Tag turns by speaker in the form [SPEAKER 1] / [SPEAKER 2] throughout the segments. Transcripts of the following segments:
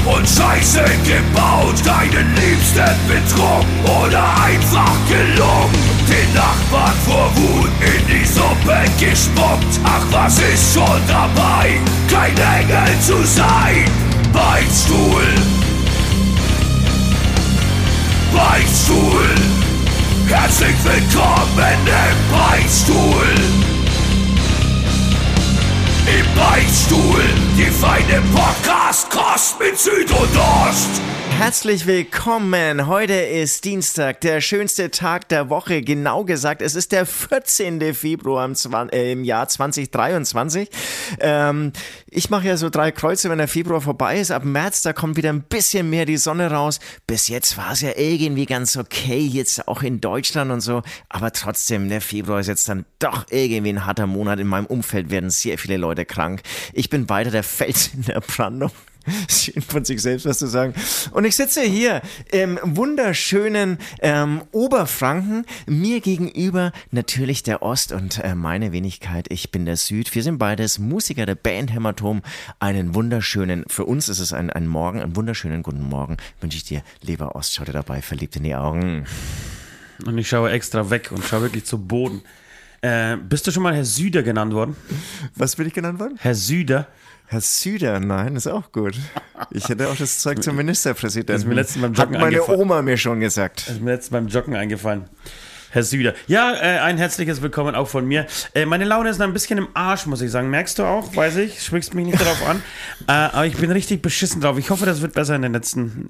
[SPEAKER 1] und Scheiße gebaut, deinen Liebsten betrogen oder einfach gelungen, den Nachbarn vor Wut in die Suppe gespuckt. Ach, was ist schon dabei, kein Engel zu sein? Beichtstuhl, Beichtstuhl, herzlich willkommen im Beichtstuhl. Im Beichtstuhl, die feine Podcast-Kost mit Süd und Ost.
[SPEAKER 2] Herzlich willkommen. Heute ist Dienstag, der schönste Tag der Woche. Genau gesagt, es ist der 14. Februar im Jahr 2023. Ich mache ja so 3 Kreuze, wenn der Februar vorbei ist. Ab März, da kommt wieder ein bisschen mehr die Sonne raus. Bis jetzt war es ja irgendwie ganz okay, jetzt auch in Deutschland und so. Aber trotzdem, der Februar ist jetzt dann doch irgendwie ein harter Monat. In meinem Umfeld werden sehr viele Leute krank. Ich bin weiter der Fels in der Brandung. Schön von sich selbst was zu sagen. Und ich sitze hier im wunderschönen Oberfranken. Mir gegenüber natürlich der Ost und meine Wenigkeit. Ich bin der Süd. Wir sind beides Musiker der Band Hämatom. Einen wunderschönen, für uns ist es ein Morgen, einen wunderschönen guten Morgen wünsche ich dir, lieber Ost. Schau dir dabei verliebt in die Augen.
[SPEAKER 3] Und ich schaue extra weg und schaue wirklich zu Boden. Bist du schon mal Herr Süder genannt worden?
[SPEAKER 2] Was bin ich genannt worden?
[SPEAKER 3] Herr Süder.
[SPEAKER 2] Herr Süder, nein, ist auch gut. Ich hätte auch das Zeug zum Ministerpräsidenten.
[SPEAKER 3] Das ist mir letztens beim Joggen
[SPEAKER 2] Hat meine Oma mir schon gesagt.
[SPEAKER 3] Das ist mir letztens beim Joggen eingefallen. Herr Süder. Ja, ein herzliches Willkommen auch von mir. Meine Laune ist ein bisschen im Arsch, muss ich sagen. Merkst du auch, weiß ich, sprichst mich nicht darauf an. Aber ich bin richtig beschissen drauf. Ich hoffe, das wird besser in der nächsten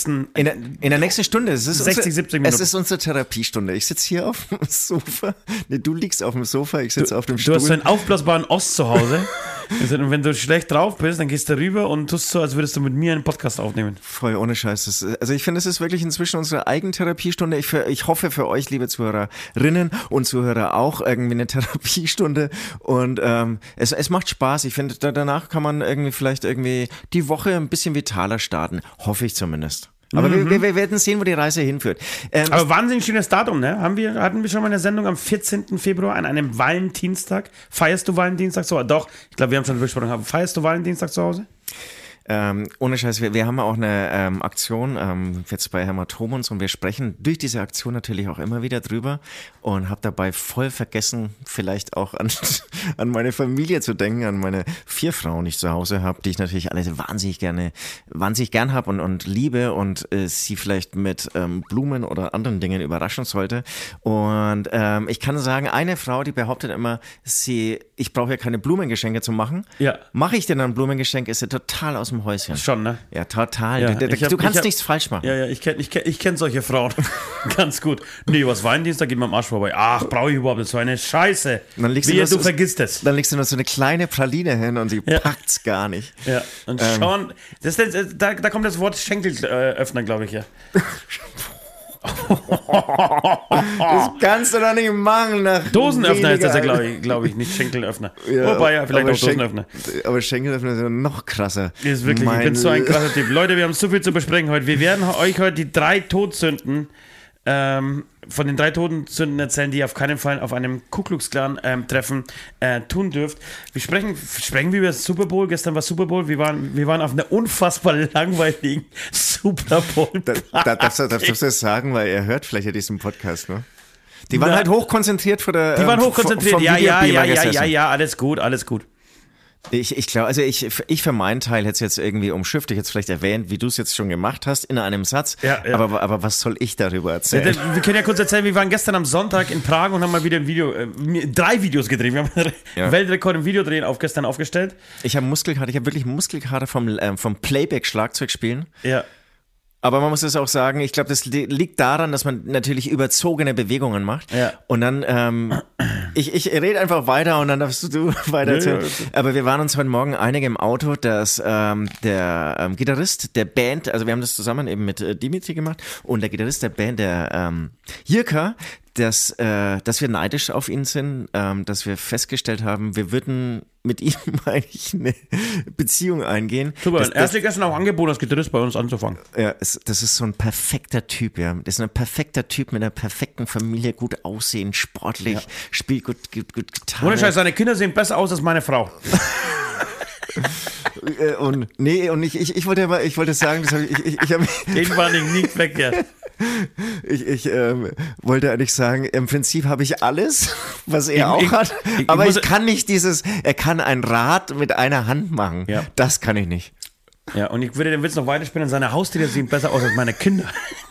[SPEAKER 3] Stunde.
[SPEAKER 2] Es ist
[SPEAKER 3] 60, 70 Minuten.
[SPEAKER 2] Es ist unsere Therapiestunde. Ich sitze hier auf dem Sofa. Nee, du liegst auf dem Sofa, ich sitze auf dem Stuhl.
[SPEAKER 3] Du hast so einen aufblasbaren Ost zu Hause. Und wenn du schlecht drauf bist, dann gehst du rüber und tust so, als würdest du mit mir einen Podcast aufnehmen.
[SPEAKER 2] Voll, ohne Scheiß. Also ich finde, es ist wirklich inzwischen unsere Eigentherapiestunde. Ich hoffe für euch, liebe Zuhörerinnen und Zuhörer, auch irgendwie eine Therapiestunde. Und es macht Spaß. Ich finde, danach kann man vielleicht die Woche ein bisschen vitaler starten. Hoffe ich zumindest. Aber wir werden sehen, wo die Reise hinführt.
[SPEAKER 3] Aber wahnsinnig schönes Datum, ne? Hatten wir schon mal eine Sendung am 14. Februar an einem Valentinstag? Feierst du Valentinstag zu Hause? Doch, ich glaube, wir haben schon besprochen. Feierst du Valentinstag zu Hause?
[SPEAKER 2] Ohne Scheiß, wir haben auch eine Aktion jetzt bei Hämatom und wir sprechen durch diese Aktion natürlich auch immer wieder drüber und habe dabei voll vergessen, vielleicht auch an meine Familie zu denken, an meine 4 Frauen, die ich zu Hause habe, die ich natürlich alle wahnsinnig gern habe und liebe und sie vielleicht mit Blumen oder anderen Dingen überraschen sollte. Und ich kann sagen, eine Frau, die behauptet immer, ich brauche ja keine Blumengeschenke zu machen.
[SPEAKER 3] Ja.
[SPEAKER 2] Mache ich denn dann ein Blumengeschenk, ist sie total aus dem Häuschen.
[SPEAKER 3] Schon, ne?
[SPEAKER 2] Ja, total.
[SPEAKER 3] Ja,
[SPEAKER 2] du kannst nichts falsch machen.
[SPEAKER 3] Ja, ich kenn solche Frauen ganz gut. Nee, was Valentinstag geht mir am Arsch vorbei. Ach, brauche ich überhaupt nicht so eine Scheiße. Du vergisst es.
[SPEAKER 2] Dann legst du noch so eine kleine Praline hin und sie packt's gar nicht.
[SPEAKER 3] Ja, und schon, da kommt das Wort Schenkelöffner, glaube ich, ja.
[SPEAKER 2] Das kannst du doch nicht machen.
[SPEAKER 3] Dosenöffner ist das ja, glaube ich, nicht Schenkelöffner.
[SPEAKER 2] Ja,
[SPEAKER 3] wobei, ja, vielleicht auch Dosenöffner.
[SPEAKER 2] Aber Schenkelöffner ist noch krasser.
[SPEAKER 3] Ist wirklich, ich bin so ein krasser Typ. Leute, wir haben so viel zu besprechen heute. Wir werden euch heute die 3 Todsünden von den 3 Todsünden erzählen, die ihr auf keinen Fall auf einem Ku Klux Klan Treffen tun dürft. Wir sprechen wir über das Super Bowl. Gestern war Super Bowl. Wir waren auf einer unfassbar langweiligen Super Bowl.
[SPEAKER 2] Darfst du das sagen, weil er hört vielleicht ja diesen Podcast, ne? Die waren halt hochkonzentriert vor der.
[SPEAKER 3] Die waren hochkonzentriert, ja, alles gut.
[SPEAKER 2] Ich glaube, also ich für meinen Teil hätte es jetzt irgendwie umschifft, ich hätte es vielleicht erwähnt, wie du es jetzt schon gemacht hast, in einem Satz. Ja. Aber was soll ich darüber erzählen?
[SPEAKER 3] Ja, wir können ja kurz erzählen, wir waren gestern am Sonntag in Prag und haben mal wieder ein Video, 3 Videos gedreht. Wir haben Weltrekord im Videodrehen gestern aufgestellt.
[SPEAKER 2] Ich habe wirklich Muskelkater vom Playback-Schlagzeug spielen.
[SPEAKER 3] Ja.
[SPEAKER 2] Aber man muss es auch sagen, ich glaube, das liegt daran, dass man natürlich überzogene Bewegungen macht.
[SPEAKER 3] Ja.
[SPEAKER 2] Und dann, ich rede einfach weiter und dann darfst du weiter erzählen. Ja. Aber wir waren uns heute Morgen einig im Auto, dass der Gitarrist der Band, also wir haben das zusammen eben mit Dimitri gemacht, und der Gitarrist der Band, der Jirka, dass wir neidisch auf ihn sind, dass wir festgestellt haben, wir würden mit ihm eigentlich eine Beziehung eingehen.
[SPEAKER 3] Super, er hat sich gestern auch angeboten, als Gitarrist bei uns anzufangen.
[SPEAKER 2] Ja, das ist so ein perfekter Typ, ja. Das ist ein perfekter Typ mit einer perfekten Familie, gut aussehen, sportlich, spielt gut Gitarre.
[SPEAKER 3] Ohne Scheiß, seine Kinder sehen besser aus als meine Frau.
[SPEAKER 2] Ich wollte sagen,
[SPEAKER 3] Den war ich nicht weg, ja.
[SPEAKER 2] Ich wollte eigentlich sagen, im Prinzip habe ich alles, was er auch hat, aber ich kann nicht er kann ein Rad mit einer Hand machen. Ja. Das kann ich nicht.
[SPEAKER 3] Ja, und ich würde den Witz noch weiterspinnen, seine Haustiere sehen besser aus als meine Kinder.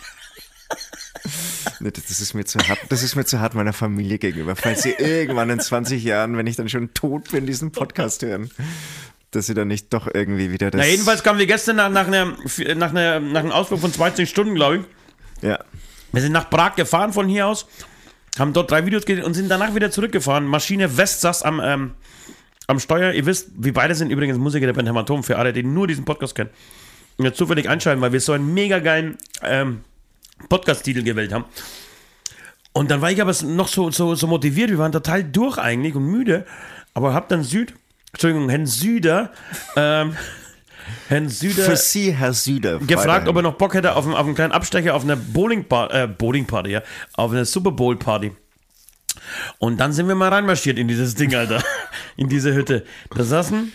[SPEAKER 2] Das ist mir zu hart meiner Familie gegenüber. Falls sie irgendwann in 20 Jahren, wenn ich dann schon tot bin, diesen Podcast hören, dass sie dann nicht doch irgendwie wieder das...
[SPEAKER 3] Na, jedenfalls kamen wir gestern nach einem Ausflug von 20 Stunden, glaube ich.
[SPEAKER 2] Ja.
[SPEAKER 3] Wir sind nach Prag gefahren von hier aus, haben dort 3 Videos gedreht und sind danach wieder zurückgefahren. Maschine West saß am Steuer. Ihr wisst, wir beide sind übrigens Musiker der Band Hämatom, für alle, die nur diesen Podcast kennen. Und jetzt zufällig einschalten, weil wir so einen mega geilen Podcast-Titel gewählt haben. Und dann war ich aber noch so motiviert, wir waren total durch eigentlich und müde, aber hab dann Herrn Süder,
[SPEAKER 2] für Sie, Herr Süder,
[SPEAKER 3] gefragt, ob er noch Bock hätte auf einen kleinen Abstecher auf eine Bowling-Party, ja, auf eine Super Bowl-Party. Und dann sind wir mal reinmarschiert in dieses Ding, Alter, in diese Hütte. Da saßen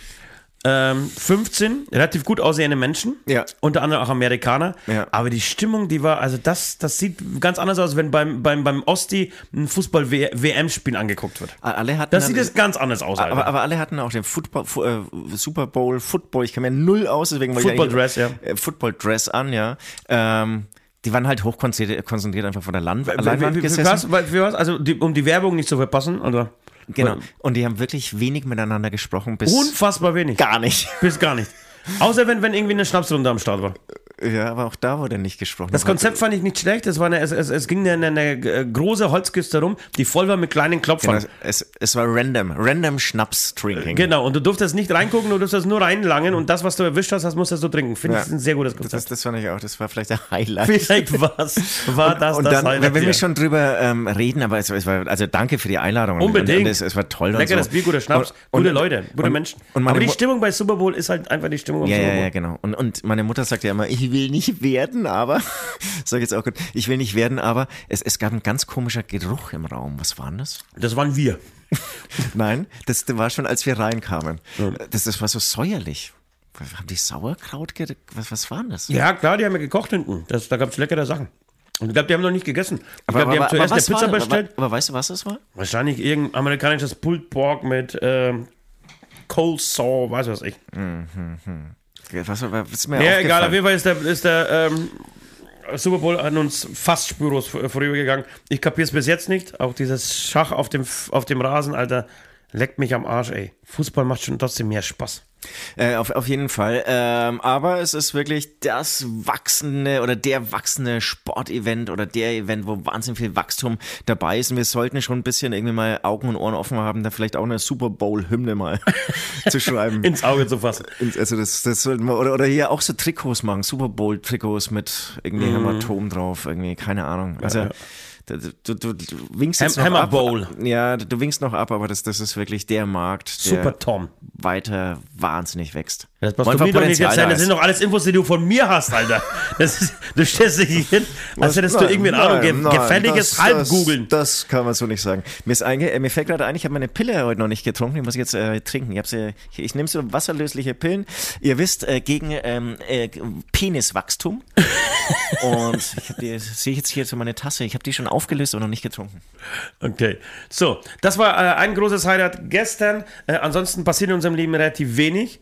[SPEAKER 3] 15 relativ gut aussehende Menschen, ja. Unter anderem auch Amerikaner, ja. Aber die Stimmung, die war, also das sieht ganz anders aus, wenn beim Osti ein Fußball-WM-Spiel angeguckt wird. Das sieht jetzt ganz anders aus.
[SPEAKER 2] Aber alle hatten auch den Super Bowl Football, ich kann mir null aus, deswegen
[SPEAKER 3] Football-Dress, ja.
[SPEAKER 2] Football-Dress an, ja. Die waren halt hochkonzentriert einfach von der Leinwand gesessen.
[SPEAKER 3] Für was? Also um die Werbung nicht zu verpassen, oder?
[SPEAKER 2] Genau. Und die haben wirklich wenig miteinander gesprochen.
[SPEAKER 3] Unfassbar wenig.
[SPEAKER 2] Gar nicht.
[SPEAKER 3] Bis gar nicht. Außer wenn irgendwie eine Schnapsrunde am Start war.
[SPEAKER 2] Ja, aber auch da wurde nicht gesprochen.
[SPEAKER 3] Das Konzept fand ich nicht schlecht. Es ging eine große Holzkiste rum, die voll war mit kleinen Klopfern.
[SPEAKER 2] Genau, es war random Schnaps-Drinking.
[SPEAKER 3] Genau, und du durftest nicht reingucken, du durftest nur reinlangen und das, was du erwischt hast, das musstest du trinken. Finde ich ein sehr gutes Konzept.
[SPEAKER 2] Das fand ich auch, das war vielleicht der Highlight.
[SPEAKER 3] Vielleicht war das
[SPEAKER 2] Highlight. Wenn wir schon drüber reden, aber es war, also danke für die Einladung.
[SPEAKER 3] Unbedingt.
[SPEAKER 2] Es war toll.
[SPEAKER 3] Leckeres Bier, guter Schnaps, gute Leute, gute Menschen. Aber die Stimmung bei Super Bowl ist halt einfach die Stimmung am Super Bowl.
[SPEAKER 2] Ja, genau. Und meine Mutter sagt ja immer, ich will nicht werden, aber, sag jetzt auch gut, ich will nicht werden, aber es gab ein ganz komischer Geruch im Raum. Was war denn das?
[SPEAKER 3] Das waren wir.
[SPEAKER 2] Nein, das war schon, als wir reinkamen. Ja. Das war so säuerlich. Haben die Sauerkraut was war denn das?
[SPEAKER 3] Ja, klar, die haben ja gekocht hinten. Da gab es leckere Sachen. Und ich glaube, die haben noch nicht gegessen. Ich glaube, die haben zuerst eine Pizza bestellt.
[SPEAKER 2] Aber weißt du, was das war?
[SPEAKER 3] Wahrscheinlich irgendein amerikanisches Pulled Pork mit Coleslaw, weiß was ich.
[SPEAKER 2] Was ist mir
[SPEAKER 3] ja, egal, auf jeden Fall ist der Super Bowl an uns fast spurlos vorübergegangen. Ich kapier's bis jetzt nicht. Auch dieses Schach auf dem Rasen, Alter, leckt mich am Arsch, ey. Fußball macht schon trotzdem mehr Spaß.
[SPEAKER 2] Auf jeden Fall. Aber es ist wirklich das wachsende oder der wachsende Sportevent oder der Event, wo wahnsinnig viel Wachstum dabei ist. Und wir sollten schon ein bisschen irgendwie mal Augen und Ohren offen haben, da vielleicht auch eine Super Bowl-Hymne mal zu schreiben.
[SPEAKER 3] Ins Auge zu fassen.
[SPEAKER 2] Also das sollten wir, oder hier auch so Trikots machen, Super Bowl-Trikots mit irgendwie Hämatom drauf, irgendwie, keine Ahnung. Also ja. Du winkst jetzt noch ab.
[SPEAKER 3] Bowl.
[SPEAKER 2] Ja, du winkst noch ab, aber das ist wirklich der Markt, der
[SPEAKER 3] Super Tom
[SPEAKER 2] weiter wahnsinnig wächst.
[SPEAKER 3] Das passt du mir doch nicht erzählen. Das sind doch alles Infos, die du von mir hast, Alter. Du stellst dich nicht hin, als hättest du irgendwie eine Ahnung, gefälliges Halbgoogeln.
[SPEAKER 2] Das kann man so nicht sagen. Mir fällt gerade ein, ich habe meine Pille heute noch nicht getrunken, die muss ich jetzt trinken. Ich nehme so wasserlösliche Pillen. Ihr wisst, gegen Peniswachstum. Und sehe ich jetzt hier so meine Tasse, ich habe die schon aufgelöst und noch nicht getrunken.
[SPEAKER 3] Okay, so, das war ein großes Highlight gestern. Ansonsten passiert in unserem Leben relativ wenig.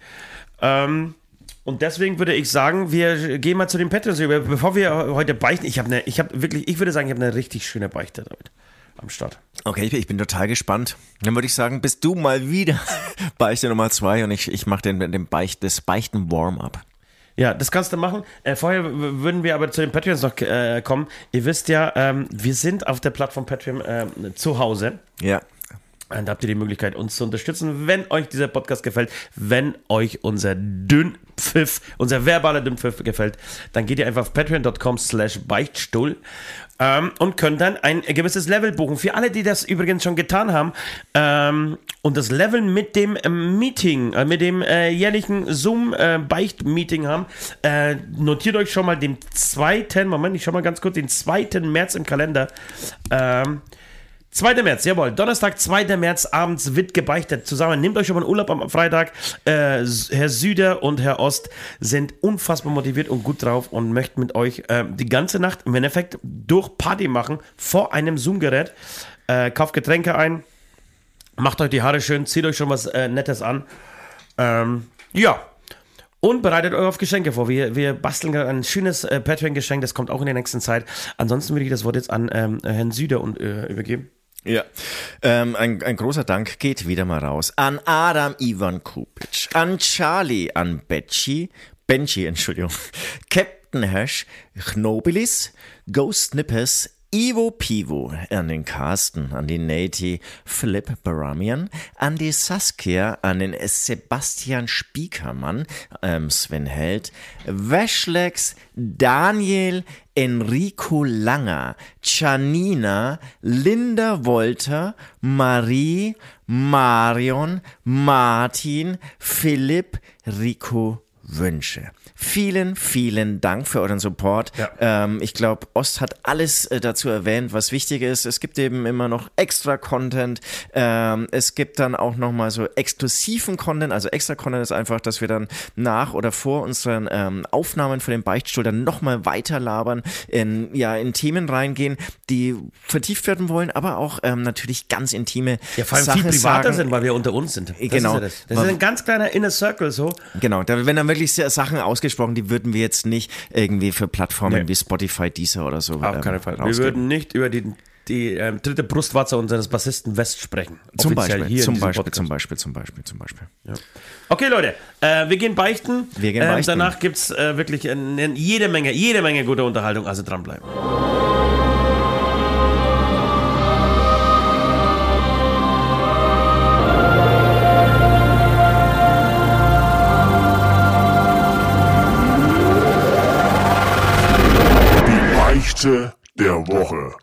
[SPEAKER 3] Und deswegen würde ich sagen, wir gehen mal zu den Patreons über. Bevor wir heute beichten, ich würde sagen, ich habe eine richtig schöne Beichte damit am Start.
[SPEAKER 2] Okay, ich bin total gespannt. Dann würde ich sagen, bist du mal wieder Beichte Nummer 2 und ich mache das Beichten-Warm-up.
[SPEAKER 3] Ja, das kannst du machen. Vorher würden wir aber zu den Patreons noch kommen. Ihr wisst ja, wir sind auf der Plattform Patreon zu Hause.
[SPEAKER 2] Ja.
[SPEAKER 3] Und da habt ihr die Möglichkeit, uns zu unterstützen, wenn euch dieser Podcast gefällt, wenn euch unser Dünnpfiff, unser verbaler Dünnpfiff gefällt, dann geht ihr einfach auf patreon.com/Beichtstuhl und könnt dann ein gewisses Level buchen. Für alle, die das übrigens schon getan haben und das Level mit dem Meeting, mit dem jährlichen Zoom-Beicht-Meeting haben, notiert euch schon mal den 2. März im Kalender. 2. März, jawohl. Donnerstag, 2. März, abends wird gebeichtet zusammen. Nehmt euch schon mal einen Urlaub am Freitag. Herr Süder und Herr Ost sind unfassbar motiviert und gut drauf und möchten mit euch die ganze Nacht im Endeffekt durch Party machen vor einem Zoom-Gerät. Kauft Getränke ein, macht euch die Haare schön, zieht euch schon was Nettes an. Ja. Und bereitet euch auf Geschenke vor. Wir basteln gerade ein schönes Patreon-Geschenk, das kommt auch in der nächsten Zeit. Ansonsten würde ich das Wort jetzt an Herrn Süder übergeben.
[SPEAKER 2] Ja, ein großer Dank geht wieder mal raus an Adam Ivan Kupic, an Charlie, an Benji, Entschuldigung, Captain Hash, Knobilis, Ghost Nippers, Ivo Pivo, an den Carsten, an den Nati, Philipp Baramian, an die Saskia, an den Sebastian Spiekermann, Sven Held, Weschlex, Daniel, Enrico Langer, Janina, Linda Wolter, Marie, Marion, Martin, Philipp, Rico Wünsche. Vielen, vielen Dank für euren Support. Ja. Ich glaube, Ost hat alles dazu erwähnt, was wichtig ist. Es gibt eben immer noch extra Content. Es gibt dann auch nochmal so exklusiven Content. Also extra Content ist einfach, dass wir dann nach oder vor unseren Aufnahmen von den Beichtstuhl dann nochmal weiter labern, in Themen reingehen, die vertieft werden wollen, aber auch natürlich ganz intime
[SPEAKER 3] vor allem
[SPEAKER 2] Sachen
[SPEAKER 3] viel privater
[SPEAKER 2] sagen.
[SPEAKER 3] sind, weil wir unter uns sind.
[SPEAKER 2] Genau.
[SPEAKER 3] Das ist ein ganz kleiner Inner Circle so.
[SPEAKER 2] Genau, wenn dann wirklich Sachen ausgesprochen, die würden wir jetzt nicht irgendwie für Plattformen wie Spotify, Deezer oder so
[SPEAKER 3] auf keinen Fall. Wir würden nicht über die dritte Brustwarze unseres Bassisten West sprechen.
[SPEAKER 2] Zum Beispiel.
[SPEAKER 3] Ja. Okay, Leute, wir gehen beichten. Danach gibt es wirklich jede Menge gute Unterhaltung, also dranbleiben.
[SPEAKER 1] Der Woche.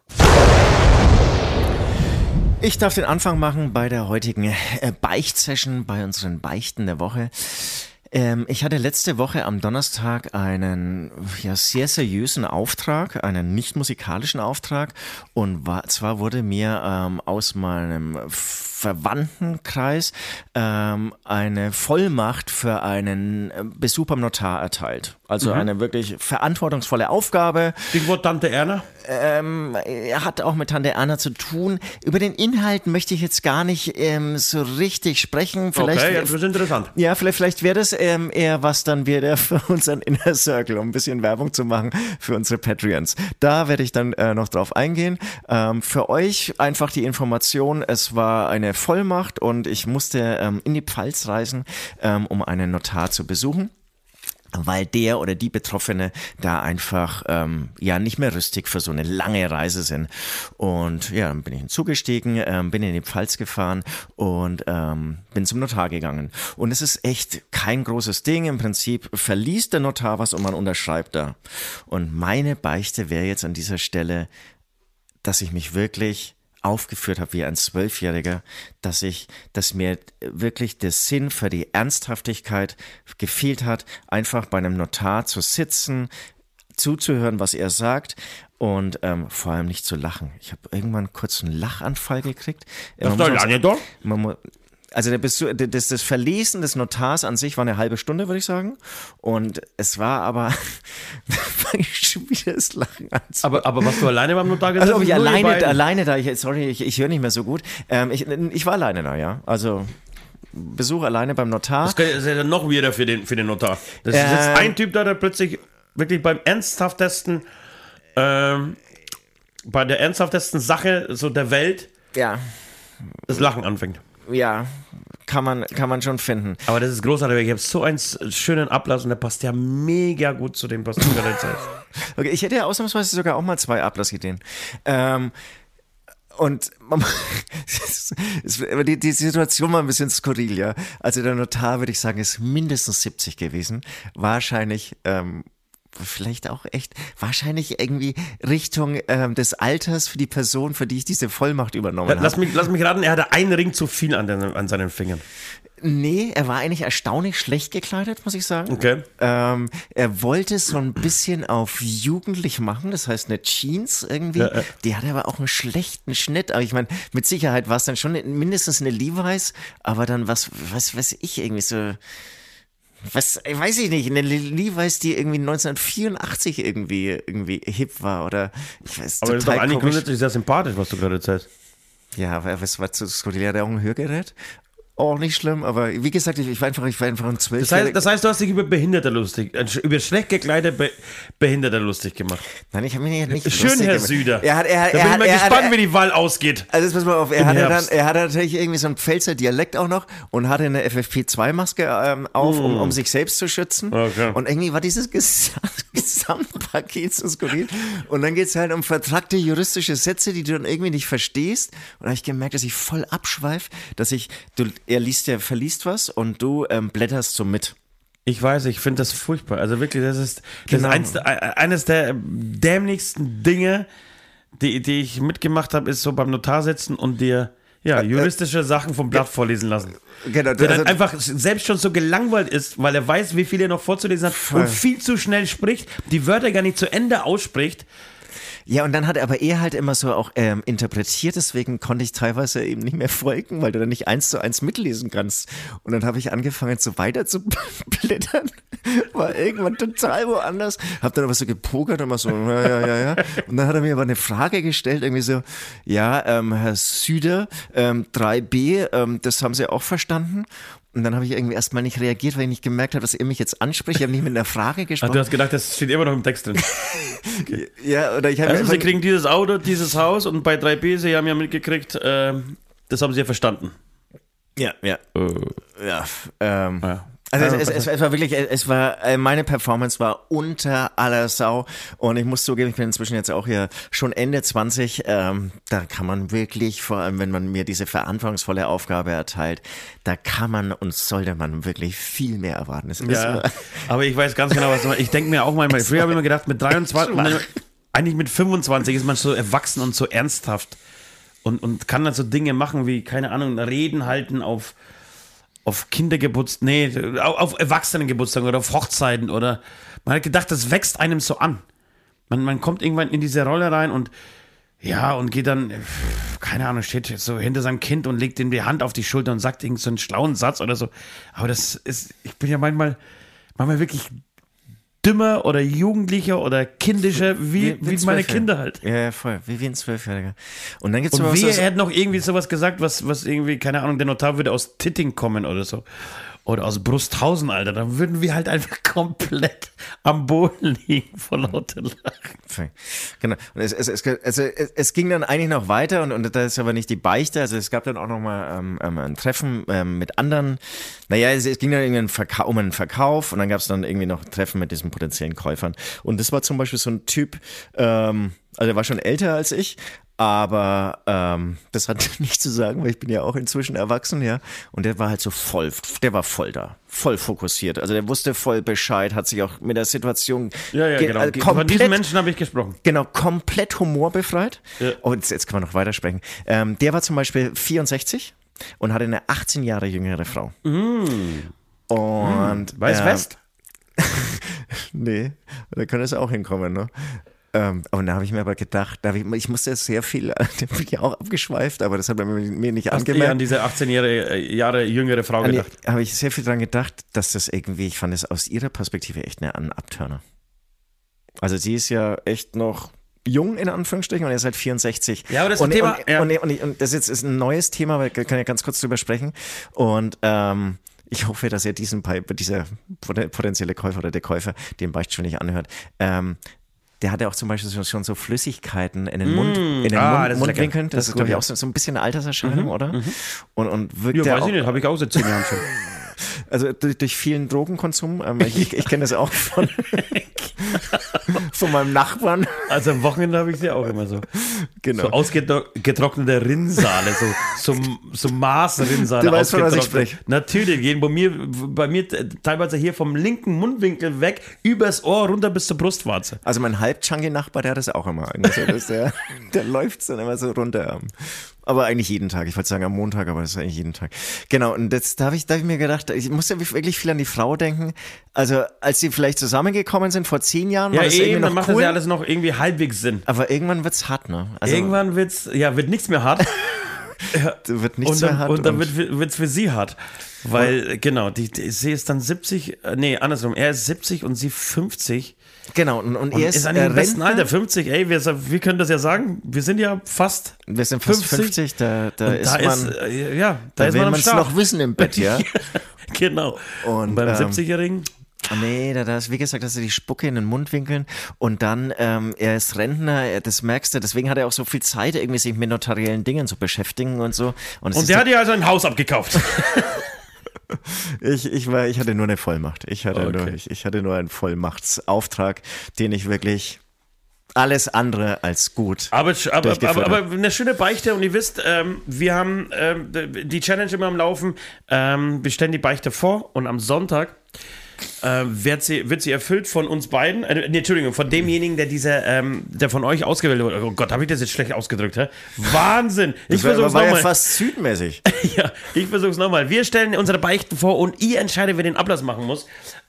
[SPEAKER 2] Ich darf den Anfang machen bei der heutigen Beicht-Session, bei unseren Beichten der Woche. Ich hatte letzte Woche am Donnerstag einen sehr seriösen Auftrag, einen nicht musikalischen Auftrag, und zwar wurde mir aus meinem Verwandtenkreis eine Vollmacht für einen Besuch beim Notar erteilt. Also eine wirklich verantwortungsvolle Aufgabe.
[SPEAKER 3] Stichwort Tante Erna?
[SPEAKER 2] Hat auch mit Tante Erna zu tun. Über den Inhalt möchte ich jetzt gar nicht so richtig sprechen. Vielleicht,
[SPEAKER 3] okay, das ist interessant.
[SPEAKER 2] Ja, vielleicht wäre das eher was dann wieder für unseren Inner Circle, um ein bisschen Werbung zu machen für unsere Patreons. Da werde ich dann noch drauf eingehen. Für euch einfach die Information, es war eine Vollmacht und ich musste in die Pfalz reisen, um einen Notar zu besuchen, weil der oder die Betroffene da einfach nicht mehr rüstig für so eine lange Reise sind. Und ja, dann bin ich in den Zug gestiegen, bin in die Pfalz gefahren und bin zum Notar gegangen. Und es ist echt kein großes Ding. Im Prinzip verliest der Notar was und man unterschreibt da. Und meine Beichte wäre jetzt an dieser Stelle, dass ich mich wirklich aufgeführt habe wie ein 12-Jähriger, dass mir wirklich der Sinn für die Ernsthaftigkeit gefehlt hat, einfach bei einem Notar zu sitzen, zuzuhören, was er sagt und vor allem nicht zu lachen. Ich habe irgendwann kurz einen Lachanfall gekriegt.
[SPEAKER 3] Das ist doch lange doch.
[SPEAKER 2] Also das Verlesen des Notars an sich war eine halbe Stunde, würde ich sagen. Und es war aber schon wieder das Lachen.
[SPEAKER 3] Aber warst du alleine beim Notar gesessen?
[SPEAKER 2] Also ob ich alleine da, ich höre nicht mehr so gut. Ich war alleine da, ja. Also Besuch alleine beim Notar.
[SPEAKER 3] Das ist ja dann noch wieder für den Notar. Das ist jetzt ein Typ da, der plötzlich wirklich beim ernsthaftesten, bei der ernsthaftesten Sache so der Welt das Lachen anfängt.
[SPEAKER 2] Ja, kann man schon finden.
[SPEAKER 3] Aber das ist großartig. Ich habe so einen schönen Ablass und der passt ja mega gut zu dem, was du gerade erzählst.
[SPEAKER 2] Okay, ich hätte ja ausnahmsweise sogar auch mal 2 Ablassideen. Und die Situation war ein bisschen skurril, ja. Also der Notar, würde ich sagen, ist mindestens 70 gewesen. Wahrscheinlich vielleicht auch echt, wahrscheinlich irgendwie Richtung des Alters für die Person, für die ich diese Vollmacht übernommen habe.
[SPEAKER 3] Lass mich raten, er hatte einen Ring zu viel an seinen Fingern.
[SPEAKER 2] Nee, er war eigentlich erstaunlich schlecht gekleidet, muss ich sagen.
[SPEAKER 3] Okay.
[SPEAKER 2] Er wollte so ein bisschen auf jugendlich machen, das heißt eine Jeans irgendwie.
[SPEAKER 3] Ja.
[SPEAKER 2] Die hatte aber auch einen schlechten Schnitt. Aber ich meine, mit Sicherheit war es dann schon mindestens eine Levi's, aber dann was weiß ich, irgendwie so, weiß ich nicht, eine Levi's, die irgendwie 1984 irgendwie hip war oder ich weiß,
[SPEAKER 3] Aber das ist doch
[SPEAKER 2] total
[SPEAKER 3] eigentlich
[SPEAKER 2] komisch.
[SPEAKER 3] grundsätzlich sehr sympathisch, was du gerade erzählst.
[SPEAKER 2] Ja, aber was war zu der hat auch ein Hörgerät? Auch nicht schlimm, aber wie gesagt, ich war einfach ein 12-Jähriger.
[SPEAKER 3] Das heißt, du hast dich über Behinderte lustig, über schlecht gekleidete Behinderte lustig gemacht.
[SPEAKER 2] Nein, ich habe mich nicht
[SPEAKER 3] Schön,
[SPEAKER 2] lustig
[SPEAKER 3] Herr
[SPEAKER 2] gemacht.
[SPEAKER 3] Süder.
[SPEAKER 2] Da bin ich
[SPEAKER 3] mal gespannt, wie die Wahl ausgeht.
[SPEAKER 2] Also jetzt pass mal auf,
[SPEAKER 3] Im
[SPEAKER 2] er
[SPEAKER 3] Herbst.
[SPEAKER 2] hatte natürlich irgendwie so einen Pfälzer Dialekt auch noch und hatte eine FFP2-Maske auf, um sich selbst zu schützen.
[SPEAKER 3] Okay.
[SPEAKER 2] Und irgendwie war dieses Gesamtpaket so skurril. Und dann geht es halt um vertrackte juristische Sätze, die du dann irgendwie nicht verstehst. Und da habe ich gemerkt, dass ich voll abschweife, er verliest was und du blätterst so mit.
[SPEAKER 3] Ich weiß, ich finde das furchtbar. Also wirklich, das ist
[SPEAKER 2] Genau.
[SPEAKER 3] eines der dämlichsten Dinge, die ich mitgemacht habe, ist so beim Notar sitzen und dir juristische Sachen vom Blatt vorlesen lassen.
[SPEAKER 2] Genau,
[SPEAKER 3] Der dann einfach selbst schon so gelangweilt ist, weil er weiß, wie viel er noch vorzulesen hat
[SPEAKER 2] Voll.
[SPEAKER 3] und viel zu schnell spricht, die Wörter gar nicht zu Ende ausspricht.
[SPEAKER 2] Ja, und dann hat er aber halt immer so auch interpretiert, deswegen konnte ich teilweise eben nicht mehr folgen, weil du dann nicht 1:1 mitlesen kannst. Und dann habe ich angefangen, so weiter zu blättern, war irgendwann total woanders, hab dann aber so gepokert und immer so, ja. Und dann hat er mir aber eine Frage gestellt, irgendwie so, ja, Herr Süder, 3b, das haben Sie auch verstanden? Und dann habe ich irgendwie erstmal nicht reagiert, weil ich nicht gemerkt habe, dass er mich jetzt anspricht. Ich habe nicht mit einer Frage
[SPEAKER 3] Ach,
[SPEAKER 2] gesprochen.
[SPEAKER 3] du hast gedacht, das steht immer noch im Text drin.
[SPEAKER 2] Ja, oder ich habe
[SPEAKER 3] Also, Sie kriegen dieses Auto, dieses Haus und bei 3B, Sie haben ja mitgekriegt, das haben Sie ja verstanden.
[SPEAKER 2] Ja.
[SPEAKER 3] Ja.
[SPEAKER 2] Also es war wirklich, meine Performance war unter aller Sau und ich muss zugeben, ich bin inzwischen jetzt auch hier schon Ende 20, da kann man wirklich, vor allem wenn man mir diese verantwortungsvolle Aufgabe erteilt, da kann man und sollte man wirklich viel mehr erwarten.
[SPEAKER 3] Aber ich weiß ganz genau, was du meinst. Ich denke mir auch manchmal, früher habe ich mir gedacht, mit 23, eigentlich mit 25 ist man so erwachsen und so ernsthaft und kann dann so Dinge machen wie, keine Ahnung, Reden halten auf Kindergeburtstagen, auf Erwachsenengeburtstagen oder auf Hochzeiten oder man hat gedacht, das wächst einem so an. Man kommt irgendwann in diese Rolle rein und geht dann, keine Ahnung, steht so hinter seinem Kind und legt ihm die Hand auf die Schulter und sagt irgend so einen schlauen Satz oder so. Aber ich bin ja manchmal wirklich dümmer oder jugendlicher oder kindischer wie meine Kinder halt.
[SPEAKER 2] Ja, voll, wie ein 12-Jähriger. Und dann gibt's
[SPEAKER 3] Und
[SPEAKER 2] aber
[SPEAKER 3] er
[SPEAKER 2] so,
[SPEAKER 3] hätte noch irgendwie sowas gesagt, was irgendwie, keine Ahnung, der Notar würde aus Titting kommen oder so. Oder aus Brusthausen, Alter. Dann würden wir halt einfach komplett am Boden liegen vor lauter Lachen.
[SPEAKER 2] Genau. Und es ging dann eigentlich noch weiter und das ist aber nicht die Beichte. Also es gab dann auch noch mal ein Treffen mit anderen. Naja, es ging dann irgendwie um einen Verkauf und dann gab es dann irgendwie noch ein Treffen mit diesen potenziellen Käufern. Und das war zum Beispiel so ein Typ, also er war schon älter als ich, aber das hat nichts zu sagen, weil ich bin ja auch inzwischen erwachsen, ja. Und der war halt so voll da, voll fokussiert. Also der wusste voll Bescheid, hat sich auch mit der Situation
[SPEAKER 3] genau. Von diesen Menschen habe ich gesprochen.
[SPEAKER 2] Genau, komplett humorbefreit.
[SPEAKER 3] Ja.
[SPEAKER 2] Oh, jetzt kann man noch weitersprechen. Der war zum Beispiel 64 und hatte eine 18 Jahre jüngere Frau. Und
[SPEAKER 3] Weiß-West?
[SPEAKER 2] Nee, da könnte es auch hinkommen, ne? Und da habe ich mir aber gedacht, ich musste jetzt sehr viel, da bin ich auch abgeschweift, aber das hat man mir nicht
[SPEAKER 3] Hast du
[SPEAKER 2] angemerkt.
[SPEAKER 3] an diese 18 Jahre jüngere Frau gedacht?
[SPEAKER 2] Habe ich sehr viel dran gedacht, dass das irgendwie, ich fand es aus ihrer Perspektive echt ein Abturner. Also sie ist ja echt noch jung, in Anführungsstrichen, und er ist halt 64.
[SPEAKER 3] Ja, aber das ist ein Thema.
[SPEAKER 2] Und das ist ein neues Thema, weil wir können ja ganz kurz drüber sprechen. Und ich hoffe, dass er dieser potenzielle Käufer oder der Käufer den Beispiel nicht anhört. Der hatte auch zum Beispiel schon so Flüssigkeiten in den Mundwinkeln. Das ist, glaube ich, auch so ein bisschen eine Alterserscheinung, oder? Und wirkt
[SPEAKER 3] Ja, weiß ich nicht, habe ich auch seit 10 Jahren schon.
[SPEAKER 2] Also durch vielen Drogenkonsum. Ich kenne das auch von meinem Nachbarn.
[SPEAKER 3] Also am Wochenende habe ich sie auch immer so.
[SPEAKER 2] Genau.
[SPEAKER 3] So ausgetrocknete Rinnsale, so Maßrinnsale.
[SPEAKER 2] Du weißt, von was ich spreche.
[SPEAKER 3] Natürlich, gehen bei mir teilweise hier vom linken Mundwinkel weg, übers Ohr runter bis zur Brustwarze.
[SPEAKER 2] Also mein Halb-Chunky-Nachbar, der hat das auch immer. Also der läuft dann immer so runter. aber eigentlich jeden Tag. Ich wollte sagen am Montag, aber das ist eigentlich jeden Tag. Genau, und da hab ich mir gedacht, ich muss ja wirklich viel an die Frau denken. Also, als sie vielleicht zusammengekommen sind vor 10 Jahren, war das irgendwie noch
[SPEAKER 3] dann macht
[SPEAKER 2] cool.
[SPEAKER 3] das ja alles noch irgendwie halbwegs Sinn.
[SPEAKER 2] Aber irgendwann wird's hart, ne? Also,
[SPEAKER 3] Irgendwann wird nichts mehr hart.
[SPEAKER 2] wird nichts mehr hart.
[SPEAKER 3] Und dann wird's für sie hart. Weil, genau, sie ist dann 70, andersrum, er ist 70 und sie 50.
[SPEAKER 2] Genau, und er
[SPEAKER 3] ist eigentlich im besten Alter, 50, ey, wir können das ja sagen, wir sind ja fast
[SPEAKER 2] 50, da ist man
[SPEAKER 3] will
[SPEAKER 2] man es noch wissen im Bett, ja.
[SPEAKER 3] Genau. Und beim 70-Jährigen?
[SPEAKER 2] Nee, da ist, wie gesagt, dass er die Spucke in den Mundwinkeln und dann, er ist Rentner, das merkst du, deswegen hat er auch so viel Zeit, irgendwie sich mit notariellen Dingen zu beschäftigen und so.
[SPEAKER 3] Und der hat ja also ein Haus abgekauft.
[SPEAKER 2] Ich hatte nur eine Vollmacht. Ich hatte nur einen Vollmachtsauftrag, den ich wirklich alles andere als gut.
[SPEAKER 3] Aber eine schöne Beichte und ihr wisst, wir haben die Challenge immer am Laufen. Wir stellen die Beichte vor und am Sonntag wird sie erfüllt von uns beiden, Entschuldigung, von demjenigen, der von euch ausgewählt wurde. Oh Gott, habe ich das jetzt schlecht ausgedrückt, hä? Wahnsinn! Ich versuch's
[SPEAKER 2] war
[SPEAKER 3] nochmal.
[SPEAKER 2] Ja fast südmäßig.
[SPEAKER 3] Ja, ich versuch's nochmal. Wir stellen unsere Beichten vor und ihr entscheidet, wer den Ablass machen muss.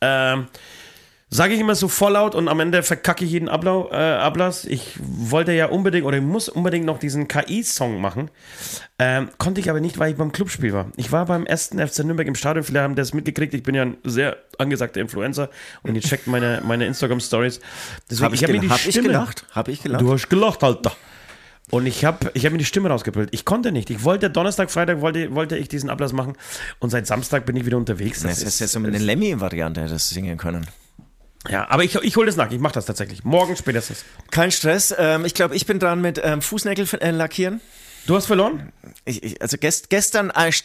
[SPEAKER 3] Sage ich immer so volllaut und am Ende verkacke ich jeden Ablass. Ich wollte ja unbedingt oder ich muss unbedingt noch diesen KI-Song machen. Konnte ich aber nicht, weil ich beim Clubspiel war. Ich war beim 1. FC Nürnberg im Stadion. Viele haben das mitgekriegt. Ich bin ja ein sehr angesagter Influencer und ihr checkt meine Instagram-Stories.
[SPEAKER 2] Habe ich gelacht?
[SPEAKER 3] Du hast gelacht, Alter. Und ich hab mir die Stimme rausgebrüllt. Ich konnte nicht. Ich wollte Donnerstag, Freitag wollte ich diesen Ablass machen und seit Samstag bin ich wieder unterwegs.
[SPEAKER 2] Das ist jetzt so eine Lemmy-Variante, das singen können.
[SPEAKER 3] Ja, aber ich hole das nach. Ich mache das tatsächlich. Morgen spätestens.
[SPEAKER 2] Kein Stress. Ich glaube, ich bin dran mit Fußnägel lackieren.
[SPEAKER 3] Du hast verloren?
[SPEAKER 2] Also gestern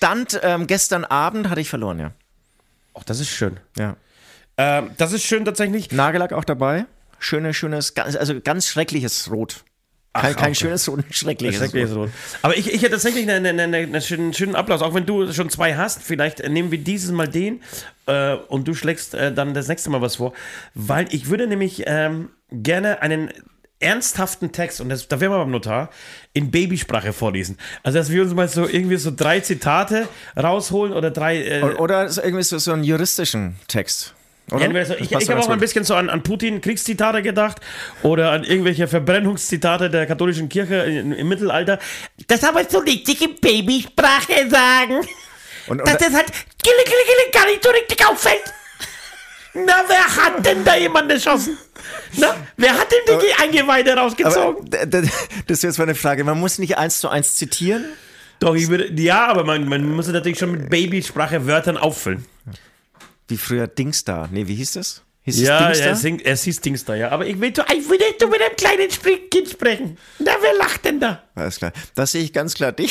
[SPEAKER 2] Abend hatte ich verloren, ja.
[SPEAKER 3] Ach, das ist schön.
[SPEAKER 2] Ja.
[SPEAKER 3] Das ist schön tatsächlich.
[SPEAKER 2] Nagellack auch dabei. Schönes, ganz schreckliches Rot. Kein schönes Rot, ein schreckliches Rot.
[SPEAKER 3] Aber ich hätte tatsächlich einen schönen Ablauf, auch wenn du schon 2 hast, vielleicht nehmen wir dieses Mal den und du schlägst dann das nächste Mal was vor, weil ich würde nämlich gerne einen ernsthaften Text, und da wären wir beim Notar, in Babysprache vorlesen. Also, dass wir uns mal so irgendwie so 3 Zitate rausholen oder 3...
[SPEAKER 2] oder irgendwie so einen juristischen Text.
[SPEAKER 3] Ja, ich habe auch ein bisschen so an Putin-Kriegszitate gedacht oder an irgendwelche Verbrennungszitate der katholischen Kirche im Mittelalter. Das aber so richtig in Babysprache sagen. Dass das halt gar nicht so richtig auffällt. Na, wer hat denn da jemanden erschossen? Na, wer hat denn die Eingeweide rausgezogen?
[SPEAKER 2] Aber, das ist jetzt mal eine Frage. Man muss nicht 1:1 zitieren?
[SPEAKER 3] Doch, aber man muss natürlich schon mit Babysprache Wörtern auffüllen.
[SPEAKER 2] Wie früher Dingstar. Nee, wie hieß das?
[SPEAKER 3] Es hieß Dingstar, ja. Aber ich will mit einem kleinen Kind sprechen. Na, wer lacht denn da?
[SPEAKER 2] Alles klar. Das sehe ich ganz klar dich.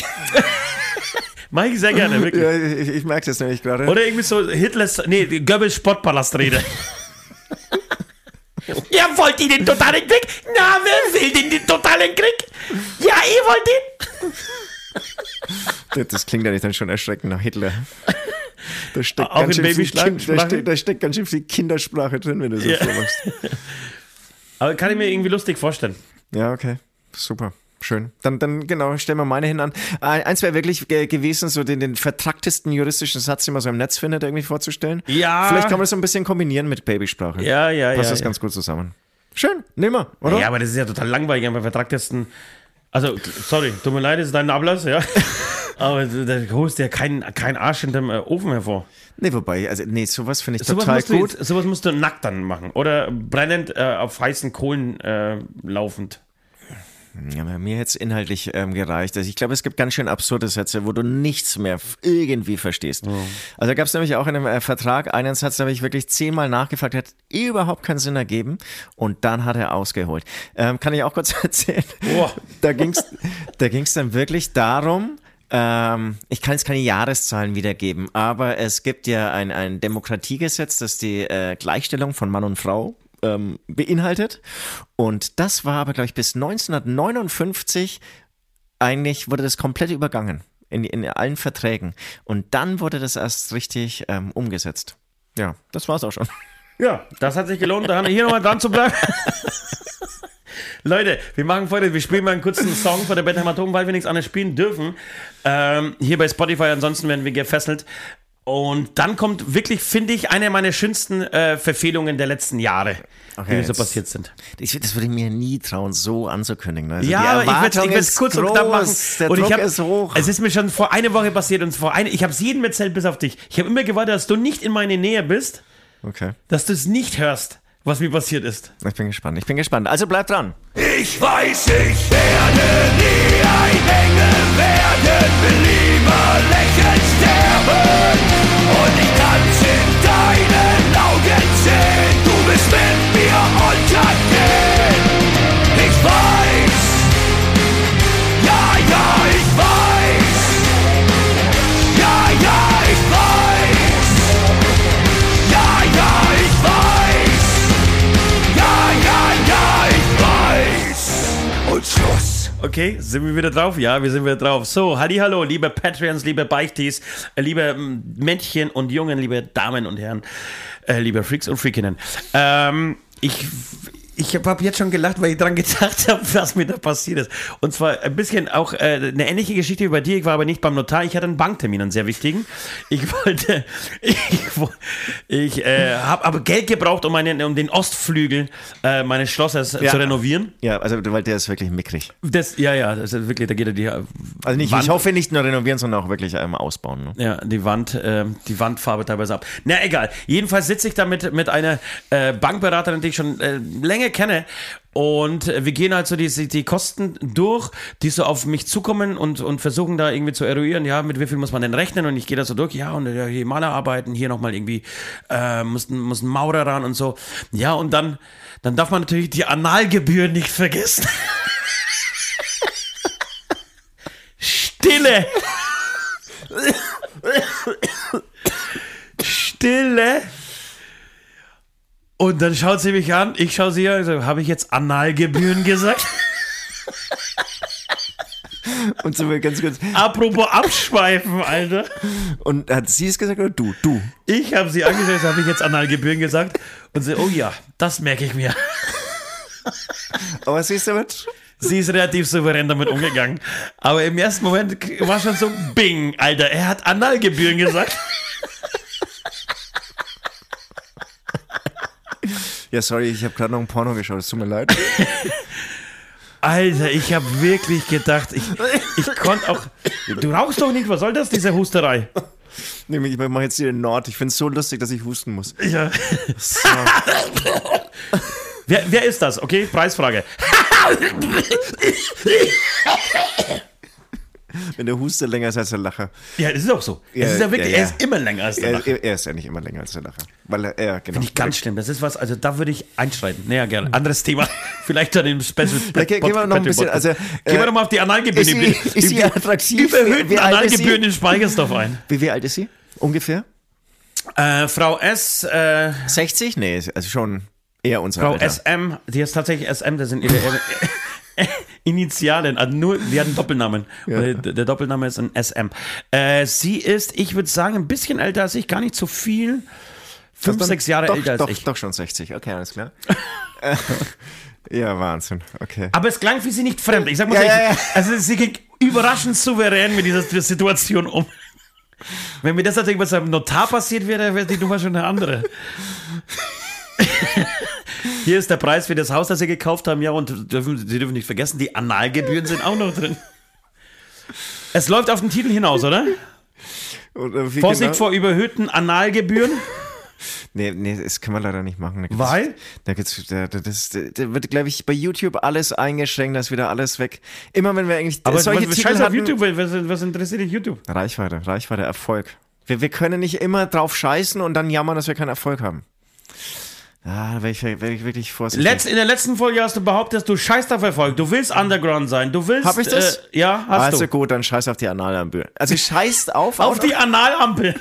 [SPEAKER 3] Mach ich sehr gerne, wirklich.
[SPEAKER 2] Ja, ich merke das nämlich gerade.
[SPEAKER 3] Oder irgendwie so Goebbels Sportpalastrede. Ihr wollt ihn den totalen Krieg? Na, wer will den totalen Krieg? Ja, ihr wollt ihn?
[SPEAKER 2] Das klingt ja nicht dann schon erschreckend nach Hitler. Da steckt,
[SPEAKER 3] auch
[SPEAKER 2] ganz
[SPEAKER 3] schön
[SPEAKER 2] da steckt ganz schön viel Kindersprache drin, wenn du so vormachst.
[SPEAKER 3] Aber kann ich mir irgendwie lustig vorstellen.
[SPEAKER 2] Ja, okay. Super. Schön. Dann genau, stellen wir meine hin an. Eins wäre wirklich gewesen, so den vertracktesten juristischen Satz, den man so im Netz findet, irgendwie vorzustellen.
[SPEAKER 3] Ja.
[SPEAKER 2] Vielleicht kann man das so ein bisschen kombinieren mit Babysprache.
[SPEAKER 3] Ja.
[SPEAKER 2] Passt das ganz gut zusammen. Schön, nehmen wir, oder?
[SPEAKER 3] Ja, aber das ist ja total langweilig, aber vertracktesten. Also, sorry, tut mir leid, das ist dein Ablass, ja. Aber da holst du ja keinen Arsch hinterm Ofen hervor.
[SPEAKER 2] Nee, sowas finde ich total gut.
[SPEAKER 3] Sowas musst du nackt dann machen. Oder brennend auf heißen Kohlen laufend.
[SPEAKER 2] Ja, bei mir hätte es inhaltlich gereicht. Also ich glaube, es gibt ganz schön absurde Sätze, wo du nichts mehr irgendwie verstehst. Oh. Also da gab es nämlich auch in einem Vertrag einen Satz, da habe ich wirklich 10-mal nachgefragt, der hat überhaupt keinen Sinn ergeben und dann hat er ausgeholt. Kann ich auch kurz erzählen? Oh. Da ging's dann wirklich darum, ich kann jetzt keine Jahreszahlen wiedergeben, aber es gibt ja ein Demokratiegesetz, das die Gleichstellung von Mann und Frau beinhaltet. Und das war aber, glaube ich, bis 1959 eigentlich wurde das komplett übergangen in allen Verträgen. Und dann wurde das erst richtig umgesetzt. Ja, das war's auch schon.
[SPEAKER 3] Ja, das hat sich gelohnt, da hier nochmal dran zu bleiben. Leute, wir machen folgendes, wir spielen mal einen kurzen Song von der Band Hämatom, weil wir nichts anderes spielen dürfen. Hier bei Spotify, ansonsten werden wir gefesselt. Und dann kommt wirklich, finde ich, eine meiner schönsten Verfehlungen der letzten Jahre, die mir so passiert sind.
[SPEAKER 2] Das würde ich mir nie trauen, so anzukündigen. Also
[SPEAKER 3] ja, aber ich werde es kurz und knapp machen.
[SPEAKER 2] Der
[SPEAKER 3] und
[SPEAKER 2] Druck ist hoch.
[SPEAKER 3] Es ist mir schon vor einer Woche passiert und ich habe es jedem erzählt, bis auf dich. Ich habe immer gewartet, dass du nicht in meine Nähe bist, dass du es nicht hörst, was mir passiert ist.
[SPEAKER 2] Ich bin gespannt. Also bleib dran.
[SPEAKER 1] Ich weiß, ich werde nie ein Engel werden, will lieber lächelnd sterben. Und ich kann's in deinen Augen sehen, du bist mit mir untergehen. Ich weiß, ja, ich weiß. Ja, ich weiß. Ja, ich weiß. Ja, ich weiß. Und Schluss.
[SPEAKER 3] Okay, sind wir wieder drauf? Ja, wir sind wieder drauf. So, hallihallo, liebe Patreons, liebe Beichtis, liebe Männchen und Jungen, liebe Damen und Herren, liebe Freaks und Freakinnen. Ich habe jetzt schon gelacht, weil ich dran gedacht habe, was mir da passiert ist. Und zwar ein bisschen auch eine ähnliche Geschichte wie bei dir. Ich war aber nicht beim Notar. Ich hatte einen Banktermin, einen sehr wichtigen. Ich habe aber Geld gebraucht, um den Ostflügel meines Schlosses zu renovieren.
[SPEAKER 2] Ja, also weil der ist wirklich mickrig.
[SPEAKER 3] Das ist wirklich, da geht er die
[SPEAKER 2] Also nicht, ich hoffe nicht nur renovieren, sondern auch wirklich einmal ausbauen. Ne?
[SPEAKER 3] Ja, die Wandfarbe teilweise ab. Na, egal. Jedenfalls sitze ich da mit einer Bankberaterin, die ich schon länger kenne, und wir gehen halt so die Kosten durch, die so auf mich zukommen und versuchen da irgendwie zu eruieren, ja, mit wie viel muss man denn rechnen, und ich gehe da so durch, ja, und hier Malerarbeiten, hier nochmal irgendwie muss ein Maurer ran und so, ja, und dann darf man natürlich die Analgebühren nicht vergessen. Stille! Und dann schaut sie mich an, ich schaue sie an, also, habe ich jetzt Analgebühren gesagt?
[SPEAKER 2] Und so ganz kurz.
[SPEAKER 3] Apropos abschweifen, Alter.
[SPEAKER 2] Und hat sie es gesagt oder du? Du.
[SPEAKER 3] Ich habe sie angeschaut, habe ich jetzt Analgebühren gesagt? Und sie, oh ja, das merke ich mir.
[SPEAKER 2] Aber siehst du damit?
[SPEAKER 3] Sie ist relativ souverän damit umgegangen. Aber im ersten Moment war schon so, bing, Alter, er hat Analgebühren gesagt.
[SPEAKER 2] Ja, sorry, ich habe gerade noch ein Porno geschaut, es tut mir leid.
[SPEAKER 3] Alter, ich habe wirklich gedacht, ich konnte auch... Du rauchst doch nicht, was soll das, diese Husterei?
[SPEAKER 2] Nee, ich mache jetzt hier den Nord, ich finde es so lustig, dass ich husten muss.
[SPEAKER 3] Ja.
[SPEAKER 2] So.
[SPEAKER 3] Wer ist das? Okay, Preisfrage.
[SPEAKER 2] Wenn der Huster länger ist als der Lacher.
[SPEAKER 3] Ja, das ist auch so.
[SPEAKER 2] Ja,
[SPEAKER 3] es ist ja wirklich,
[SPEAKER 2] ja.
[SPEAKER 3] Er ist immer länger als der Lacher.
[SPEAKER 2] Er ist ja nicht immer länger als der Lacher. Weil genau.
[SPEAKER 3] Finde ich ganz schlimm. Das ist was, also da würde ich einschreiten. Naja, gerne. Anderes Thema. Vielleicht dann im Special.
[SPEAKER 2] Gehen wir noch ein bisschen, also,
[SPEAKER 3] gehen wir doch mal auf die Analgebühren.
[SPEAKER 2] Ist sie attraktiv?
[SPEAKER 3] Überhöhten Analgebühren in Speichersdorf ein.
[SPEAKER 2] Wie alt ist sie? Ungefähr?
[SPEAKER 3] Frau S.
[SPEAKER 2] 60? Nee, also schon eher unser
[SPEAKER 3] Frau
[SPEAKER 2] Alter.
[SPEAKER 3] SM, die ist tatsächlich SM, das sind ihre Initialen, also nur, die hat einen Doppelnamen.
[SPEAKER 2] Ja.
[SPEAKER 3] Der Doppelname ist ein SM. Sie ist, ich würde sagen, ein bisschen älter als ich, gar nicht so viel. 5, 6 Jahre älter als ich.
[SPEAKER 2] Doch schon 60, okay, alles klar. Ja, Wahnsinn, okay.
[SPEAKER 3] Aber es klang für sie nicht fremd. Ich sag mal, also sie ging überraschend souverän mit dieser Situation um. Wenn mir das natürlich was am Notar passiert wäre, wäre die Nummer schon eine andere. Hier ist der Preis für das Haus, das Sie gekauft haben, ja, und Sie dürfen nicht vergessen, die Analgebühren sind auch noch drin. Es läuft auf den Titel hinaus, oder? Vorsicht vor überhöhten Analgebühren.
[SPEAKER 2] Nee, das kann man leider nicht machen.
[SPEAKER 3] Weil?
[SPEAKER 2] Da wird, glaube ich, bei YouTube alles eingeschränkt, da ist wieder alles weg. Immer wenn wir eigentlich
[SPEAKER 3] aber
[SPEAKER 2] solche
[SPEAKER 3] was
[SPEAKER 2] Titel
[SPEAKER 3] scheiß auf
[SPEAKER 2] hatten,
[SPEAKER 3] YouTube, was interessiert dich YouTube?
[SPEAKER 2] Reichweite, Erfolg. Wir können nicht immer drauf scheißen und dann jammern, dass wir keinen Erfolg haben. Da wäre ich wirklich vorsichtig.
[SPEAKER 3] In der letzten Folge hast du behauptet, du scheißt auf Erfolg. Du willst Underground sein. Du willst.
[SPEAKER 2] Hab ich das?
[SPEAKER 3] Ja, hast du.
[SPEAKER 2] Also gut, dann scheiß auf die Analampel. Also scheißt auf
[SPEAKER 3] die Analampel.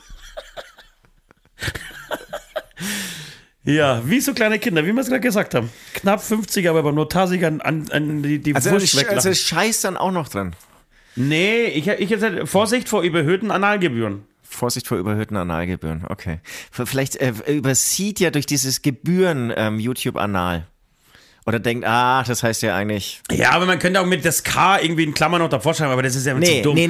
[SPEAKER 3] Ja, wie so kleine Kinder, wie wir es gerade gesagt haben. Knapp 50, aber beim Notarsieger an die Wurst weglachen.
[SPEAKER 2] Also scheiß dann auch noch dran.
[SPEAKER 3] Nee, ich hätte Vorsicht vor überhöhten Analgebühren.
[SPEAKER 2] Vorsicht vor überhöhten Analgebühren, okay. Vielleicht übersieht ja durch dieses Gebühren YouTube Anal. Oder denkt, das heißt ja eigentlich...
[SPEAKER 3] Ja, aber man könnte auch mit das K irgendwie in Klammern noch davor schreiben, aber das ist ja zu dumm.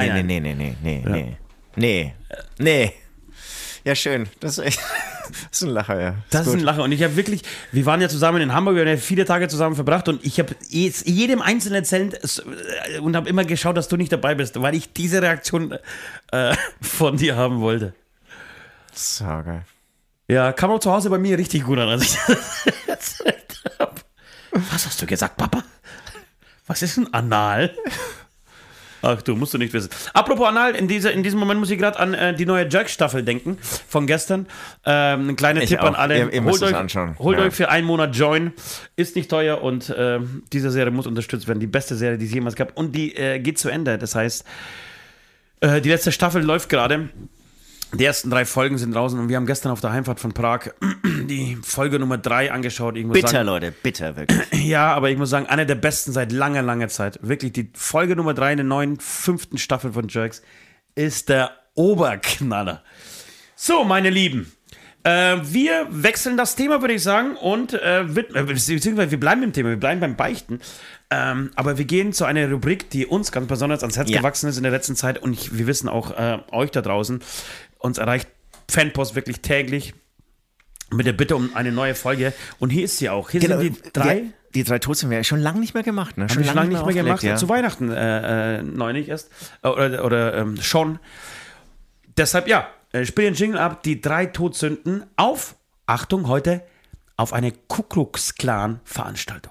[SPEAKER 2] Nee. Ja, schön. Das ist echt... Das ist ein Lacher, ja.
[SPEAKER 3] Das ist ein Lacher. Und ich habe wirklich, wir waren ja zusammen in Hamburg, wir haben ja viele Tage zusammen verbracht und ich habe jedem Einzelnen erzählt und habe immer geschaut, dass du nicht dabei bist, weil ich diese Reaktion von dir haben wollte.
[SPEAKER 2] So geil.
[SPEAKER 3] Ja, kam auch zu Hause bei mir richtig gut an, als ich das erzählt habe. Was hast du gesagt, Papa? Was ist ein Anal? Ach du, musst du nicht wissen. Apropos Anal, in diesem Moment muss ich gerade an die neue Jerk-Staffel denken, von gestern. Ein kleiner Tipp an alle.
[SPEAKER 2] Ihr müsst es anschauen.
[SPEAKER 3] Holt euch für einen Monat Join. Ist nicht teuer und diese Serie muss unterstützt werden. Die beste Serie, die es jemals gab. Und die geht zu Ende. Das heißt, die letzte Staffel läuft gerade. Die ersten 3 Folgen sind draußen und wir haben gestern auf der Heimfahrt von Prag die Folge Nummer 3 angeschaut.
[SPEAKER 2] Bitter, Leute, bitter, wirklich.
[SPEAKER 3] Ja, aber ich muss sagen, eine der besten seit langer, langer Zeit. Wirklich, die Folge Nummer 3 in der neuen 5. Staffel von Jerks ist der Oberknaller. So, meine Lieben, wir wechseln das Thema, würde ich sagen, und beziehungsweise wir bleiben im Thema, wir bleiben beim Beichten. Aber wir gehen zu einer Rubrik, die uns ganz besonders ans Herz gewachsen ist in der letzten Zeit und wir wissen auch euch da draußen, uns erreicht Fanpost wirklich täglich mit der Bitte um eine neue Folge und hier ist sie auch. Hier sind die 3.
[SPEAKER 2] Die 3 Todsünden haben wir schon lange nicht mehr gemacht, ne?
[SPEAKER 3] Schon lange nicht mehr gemacht,
[SPEAKER 2] ja.
[SPEAKER 3] Zu Weihnachten neulich erst oder schon. Deshalb spiel den Jingle ab, die 3 Todsünden auf, Achtung, heute auf eine Ku Klux Klan Veranstaltung.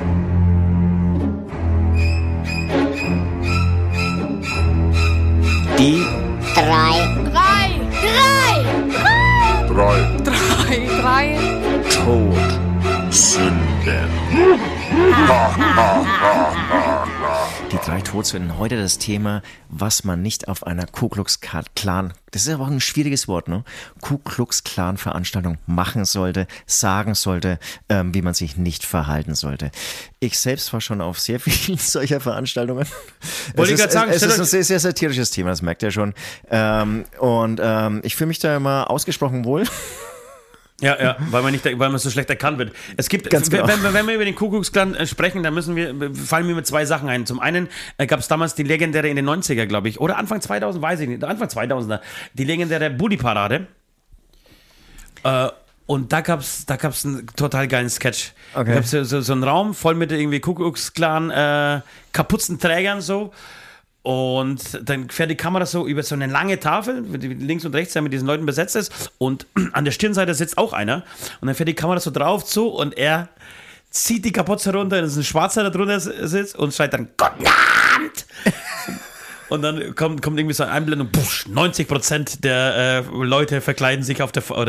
[SPEAKER 2] Die
[SPEAKER 4] 3
[SPEAKER 2] Todsünden. Die 3 Todsünden. Heute das Thema, was man nicht auf einer Ku Klux Klan, das ist aber auch ein schwieriges Wort, ne? Ku Klux Klan Veranstaltung machen sollte, sagen sollte, wie man sich nicht verhalten sollte. Ich selbst war schon auf sehr vielen solcher Veranstaltungen.
[SPEAKER 3] Wollte ich gerade sagen,
[SPEAKER 2] es ist ein sehr, sehr satirisches Thema, das merkt ihr schon. Ich fühle mich da immer ausgesprochen wohl.
[SPEAKER 3] Ja, weil man so schlecht erkannt wird. Es gibt,
[SPEAKER 2] Ganz genau.
[SPEAKER 3] wenn wir über den Ku Klux Klan sprechen, dann fallen mir mit 2 Sachen ein. Zum einen gab es damals die legendäre in den 90er, glaube ich, oder Anfang 2000, weiß ich nicht, Anfang 2000er, die legendäre Bulli-Parade. Und da gab's einen total geilen Sketch. Okay. Da gab's so einen Raum voll mit irgendwie Ku Klux Klan Kapuzenträgern so. Und dann fährt die Kamera so über so eine lange Tafel, die links und rechts mit diesen Leuten besetzt ist. Und an der Stirnseite sitzt auch einer. Und dann fährt die Kamera so drauf zu und er zieht die Kapuze runter. Das ist ein Schwarzer, der drunter sitzt und schreit dann Guten Abend! Und dann kommt irgendwie so eine Einblendung, 90% der Leute verkleiden sich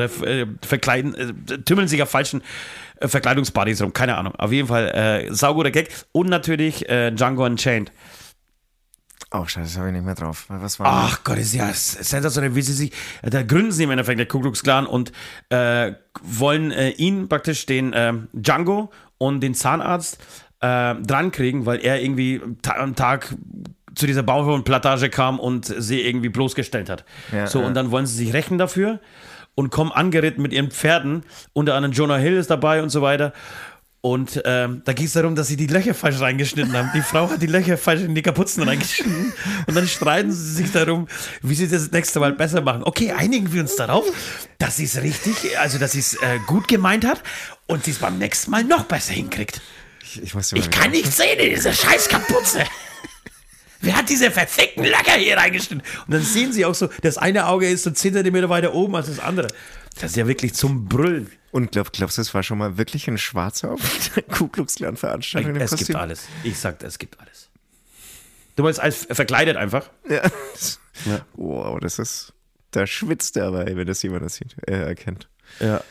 [SPEAKER 3] tümmeln sich auf falschen Verkleidungspartys rum. Keine Ahnung. Auf jeden Fall sauguter Gag. Und natürlich Django Unchained.
[SPEAKER 2] Oh, scheiße, das habe ich nicht mehr drauf. Was war
[SPEAKER 3] Ach Gott, ist ja sensationell, wie sie sich, da gründen sie im Endeffekt der Ku Klux Klan und wollen ihn praktisch, den Django und den Zahnarzt drankriegen, weil er irgendwie am Tag zu dieser Bauernplantage kam und sie irgendwie bloßgestellt hat. Ja, und dann wollen sie sich rächen dafür und kommen angeritten mit ihren Pferden, unter anderem Jonah Hill ist dabei und so weiter. Und da ging es darum, dass sie die Löcher falsch reingeschnitten haben. Die Frau hat die Löcher falsch in die Kapuzen reingeschnitten. Und dann streiten sie sich darum, wie sie das nächste Mal besser machen. Okay, einigen wir uns darauf, dass sie es richtig, also dass sie es gut gemeint hat und sie es beim nächsten Mal noch besser hinkriegt. Ich kann nicht sehen in diese scheiß Kapuze. Wer hat diese verfickten Löcher hier reingeschnitten? Und dann sehen sie auch so, das eine Auge ist so 10 Zentimeter weiter oben als das andere. Das ist ja wirklich zum Brüllen.
[SPEAKER 2] Und glaubst du, es war schon mal wirklich ein Schwarzer auf der Ku Klux Klan Veranstaltung?
[SPEAKER 3] Es gibt alles. Ich sagte, es gibt alles. Du meinst alles verkleidet einfach?
[SPEAKER 2] Ja. Wow, da schwitzt er aber, wenn das jemand erkennt.
[SPEAKER 3] Ja.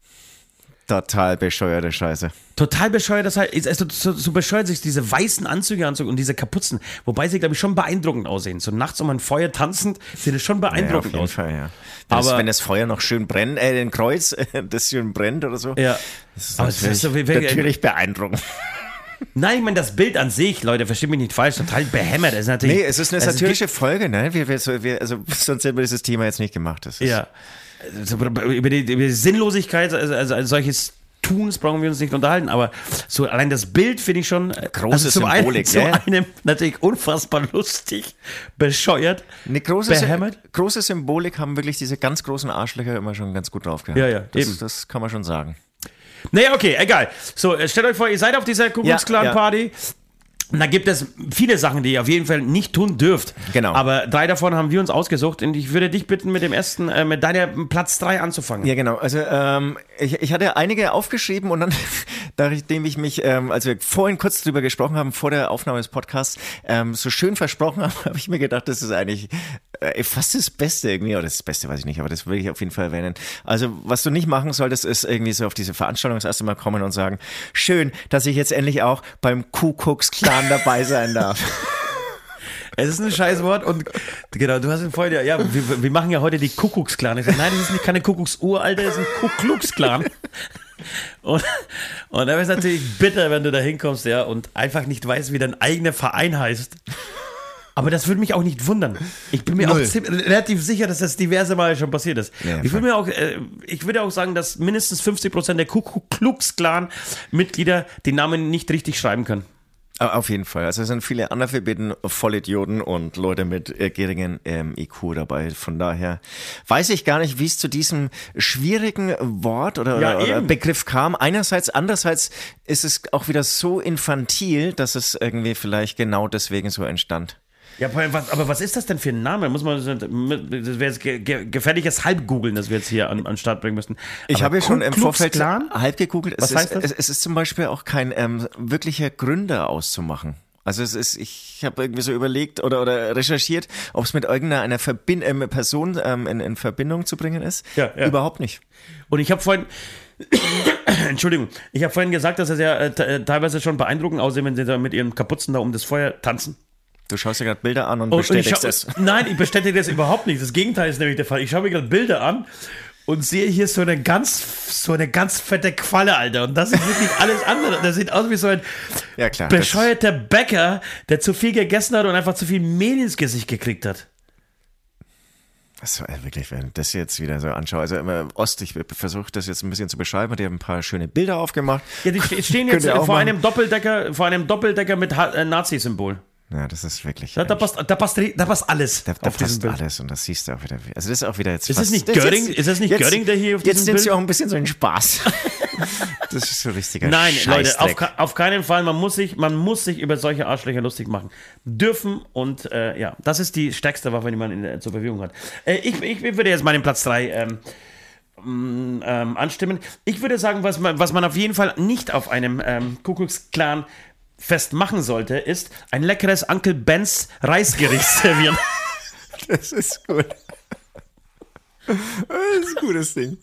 [SPEAKER 2] Total bescheuerte Scheiße.
[SPEAKER 3] Total bescheuert, das heißt, also so bescheuert sich diese weißen Anzüge und diese Kapuzen, wobei sie, glaube ich, schon beeindruckend aussehen. So nachts um ein Feuer tanzend sieht es schon beeindruckend aus.
[SPEAKER 2] Fall, ja. Wenn das Feuer noch schön brennt, den Kreuz, das schön brennt oder so.
[SPEAKER 3] Ja.
[SPEAKER 2] Das ist natürlich beeindruckend.
[SPEAKER 3] Nein, ich meine, das Bild an sich, Leute, versteht mich nicht falsch, total behämmert. Es
[SPEAKER 2] ist eine satirische Folge, ne? Sonst hätten wir dieses Thema jetzt nicht gemacht.
[SPEAKER 3] Ja. Über die Sinnlosigkeit, also solches Tuns brauchen wir uns nicht unterhalten, aber so allein das Bild finde ich schon
[SPEAKER 2] große Symbolik,
[SPEAKER 3] zum einen natürlich unfassbar lustig, bescheuert,
[SPEAKER 2] Eine große Symbolik haben wirklich diese ganz großen Arschlöcher immer schon ganz gut drauf gehabt.
[SPEAKER 3] Ja, eben.
[SPEAKER 2] Das kann man schon sagen.
[SPEAKER 3] Naja, okay, egal. So, stellt euch vor, ihr seid auf dieser Kuckucksklan-Party. Und da gibt es viele Sachen, die ihr auf jeden Fall nicht tun dürft.
[SPEAKER 2] Genau.
[SPEAKER 3] Aber 3 davon haben wir uns ausgesucht und ich würde dich bitten, mit dem ersten, mit deiner Platz 3 anzufangen.
[SPEAKER 2] Ja, genau. Also ich hatte einige aufgeschrieben und dann, nachdem ich mich, als wir vorhin kurz drüber gesprochen haben, vor der Aufnahme des Podcasts, so schön versprochen habe, habe ich mir gedacht, das ist eigentlich fast das Beste irgendwie, oder das Beste weiß ich nicht, aber das will ich auf jeden Fall erwähnen. Also was du nicht machen solltest, ist irgendwie so auf diese Veranstaltung das erste Mal kommen und sagen, schön, dass ich jetzt endlich auch beim Kuckucksklan dabei sein darf.
[SPEAKER 3] Es ist ein Scheißwort und genau, du hast ihn vorhin wir machen ja heute die Kuckucksklan. Ich sage, nein, das ist keine Kuckucksuhr, Alter, das ist ein Kuckucksklan. Und da wäre es natürlich bitter, wenn du da hinkommst, ja, und einfach nicht weißt, wie dein eigener Verein heißt. Aber das würde mich auch nicht wundern. Ich bin mir auch relativ sicher, dass das diverse Mal schon passiert ist. Ja, ich würde auch sagen, dass mindestens 50% der Kuckucksklan-Mitglieder den Namen nicht richtig schreiben können.
[SPEAKER 2] Auf jeden Fall. Also es sind viele Analphabeten, Vollidioten und Leute mit geringem IQ dabei. Von daher weiß ich gar nicht, wie es zu diesem schwierigen Wort oder Begriff kam. Andererseits ist es auch wieder so infantil, dass es irgendwie vielleicht genau deswegen so entstand.
[SPEAKER 3] Ja, aber was ist das denn für ein Name? Das wäre jetzt gefährliches Halbgoogeln, das wir jetzt hier an den Start bringen müssen.
[SPEAKER 2] Ich habe ja schon im Vorfeld halb gegoogelt.
[SPEAKER 3] Was heißt das?
[SPEAKER 2] Es ist zum Beispiel auch kein wirklicher Gründer auszumachen. Also ich habe irgendwie so überlegt oder recherchiert, ob es mit irgendeiner Person in Verbindung zu bringen ist.
[SPEAKER 3] Ja.
[SPEAKER 2] Überhaupt nicht.
[SPEAKER 3] Und ich habe vorhin Entschuldigung, ich habe vorhin gesagt, dass es ja teilweise schon beeindruckend aussieht, wenn sie da mit ihren Kapuzen da um das Feuer tanzen.
[SPEAKER 2] Du schaust dir gerade Bilder an und bestätigst es.
[SPEAKER 3] Nein, ich bestätige das überhaupt nicht. Das Gegenteil ist nämlich der Fall. Ich schaue mir gerade Bilder an und sehe hier so eine ganz fette Qualle, Alter. Und das ist wirklich alles andere. Das sieht aus wie so ein bescheuerter Bäcker, der zu viel gegessen hat und einfach zu viel Mehl ins Gesicht gekriegt hat.
[SPEAKER 2] Also wirklich, wenn ich das jetzt wieder so anschaue, also immer ich versuche das jetzt ein bisschen zu beschreiben, und die haben ein paar schöne Bilder aufgemacht.
[SPEAKER 3] Ja, die stehen jetzt vor einem Doppeldecker mit Nazi-Symbol.
[SPEAKER 2] Ja, das ist wirklich.
[SPEAKER 3] Da passt alles.
[SPEAKER 2] Da passt alles und das siehst du auch wieder. Also das ist auch wieder jetzt.
[SPEAKER 3] Ist das nicht Göring? Ist das nicht Göring, der hier auf diesem Bild?
[SPEAKER 2] Jetzt nimmt sie auch ein bisschen so einen Spaß. Das ist so richtiger
[SPEAKER 3] Scheißdreck. Leute, auf keinen Fall. Man muss sich über solche Arschlöcher lustig machen dürfen und das ist die stärkste Waffe, die man zur Verfügung hat. Ich würde jetzt meinen Platz 3 anstimmen. Ich würde sagen, was man auf jeden Fall nicht auf einem Kuckucksklan fest machen sollte, ist ein leckeres Uncle Ben's Reisgericht servieren.
[SPEAKER 2] Das ist gut. Das ist ein gutes Ding.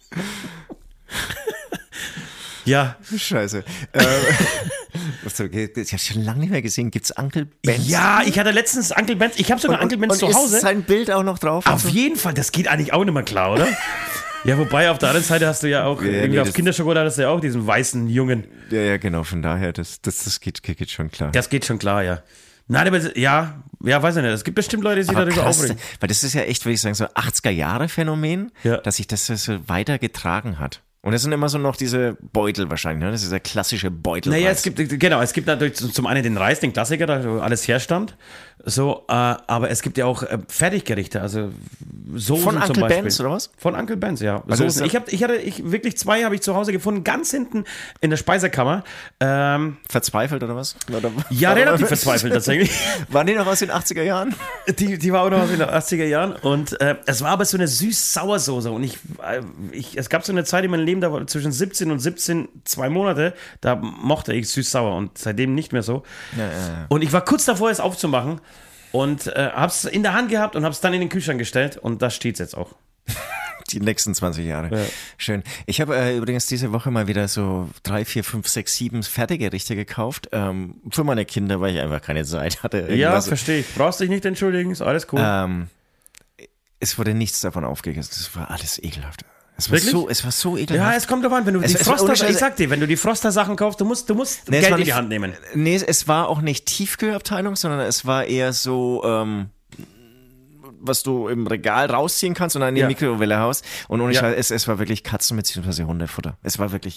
[SPEAKER 3] Ja.
[SPEAKER 2] Scheiße. Ich habe schon lange nicht mehr gesehen. Gibt's Uncle Ben's?
[SPEAKER 3] Ja, ich hatte letztens Uncle Ben's. Ich habe sogar Uncle Ben's zu Hause.
[SPEAKER 2] Ist sein Bild auch noch drauf?
[SPEAKER 3] Auf jeden Fall. Das geht eigentlich auch nicht mehr klar, oder? Ja, wobei auf der anderen Seite hast du ja auch, auf Kinderschokolade hast du ja auch diesen weißen Jungen.
[SPEAKER 2] Ja, genau, von daher, das geht schon klar.
[SPEAKER 3] Das geht schon klar, ja. Nein, aber weiß ich nicht. Es gibt bestimmt Leute, die sich darüber aufregen.
[SPEAKER 2] Weil das ist ja echt, würde ich sagen, so 80er-Jahre-Phänomen, dass sich das so weiter getragen hat. Und es sind immer so noch diese Beutel wahrscheinlich, ne? Das ist der klassische Beutel.
[SPEAKER 3] Naja, es gibt natürlich zum einen den Reis, den Klassiker, da alles herstand. So, aber es gibt ja auch Fertiggerichte, also Soßen
[SPEAKER 2] von
[SPEAKER 3] zum
[SPEAKER 2] Uncle
[SPEAKER 3] Beispiel.
[SPEAKER 2] Ben's oder was?
[SPEAKER 3] Von Uncle Ben's, ja.
[SPEAKER 2] Also
[SPEAKER 3] Soßen. Wirklich 2 habe ich zu Hause gefunden, ganz hinten in der Speisekammer.
[SPEAKER 2] Verzweifelt oder was?
[SPEAKER 3] Ja, relativ verzweifelt tatsächlich.
[SPEAKER 2] Waren die noch aus den 80er Jahren?
[SPEAKER 3] Die war auch noch aus den 80er Jahren und es war aber so eine süß-sauer-Soße und es gab so eine Zeit in meinem Leben, da war zwischen 17 und 17 2 Monate, da mochte ich süß-sauer und seitdem nicht mehr so. Ja. Und ich war kurz davor, es aufzumachen und hab's in der Hand gehabt und hab's dann in den Kühlschrank gestellt und da steht's jetzt auch.
[SPEAKER 2] Die nächsten 20 Jahre. Ja. Schön. Ich habe übrigens diese Woche mal wieder so 3, 4, 5, 6, 7 Fertiggerichte gekauft. Für meine Kinder, weil ich einfach keine Zeit hatte.
[SPEAKER 3] Ja, verstehe ich. Brauchst dich nicht entschuldigen, ist alles cool.
[SPEAKER 2] Es wurde nichts davon aufgegessen. Es war alles ekelhaft. Es war so ekelhaft.
[SPEAKER 3] Ja, es kommt drauf an, wenn du die Froster, ich sag dir, wenn du die Froster-Sachen kaufst, du musst Geld in die Hand nehmen.
[SPEAKER 2] Nee, es war auch nicht Tiefkühlabteilung, sondern es war eher so was du im Regal rausziehen kannst und dann in die Mikrowelle haust. Und ohne Scheiß, es war wirklich Katzen- bzw. Hundefutter. Es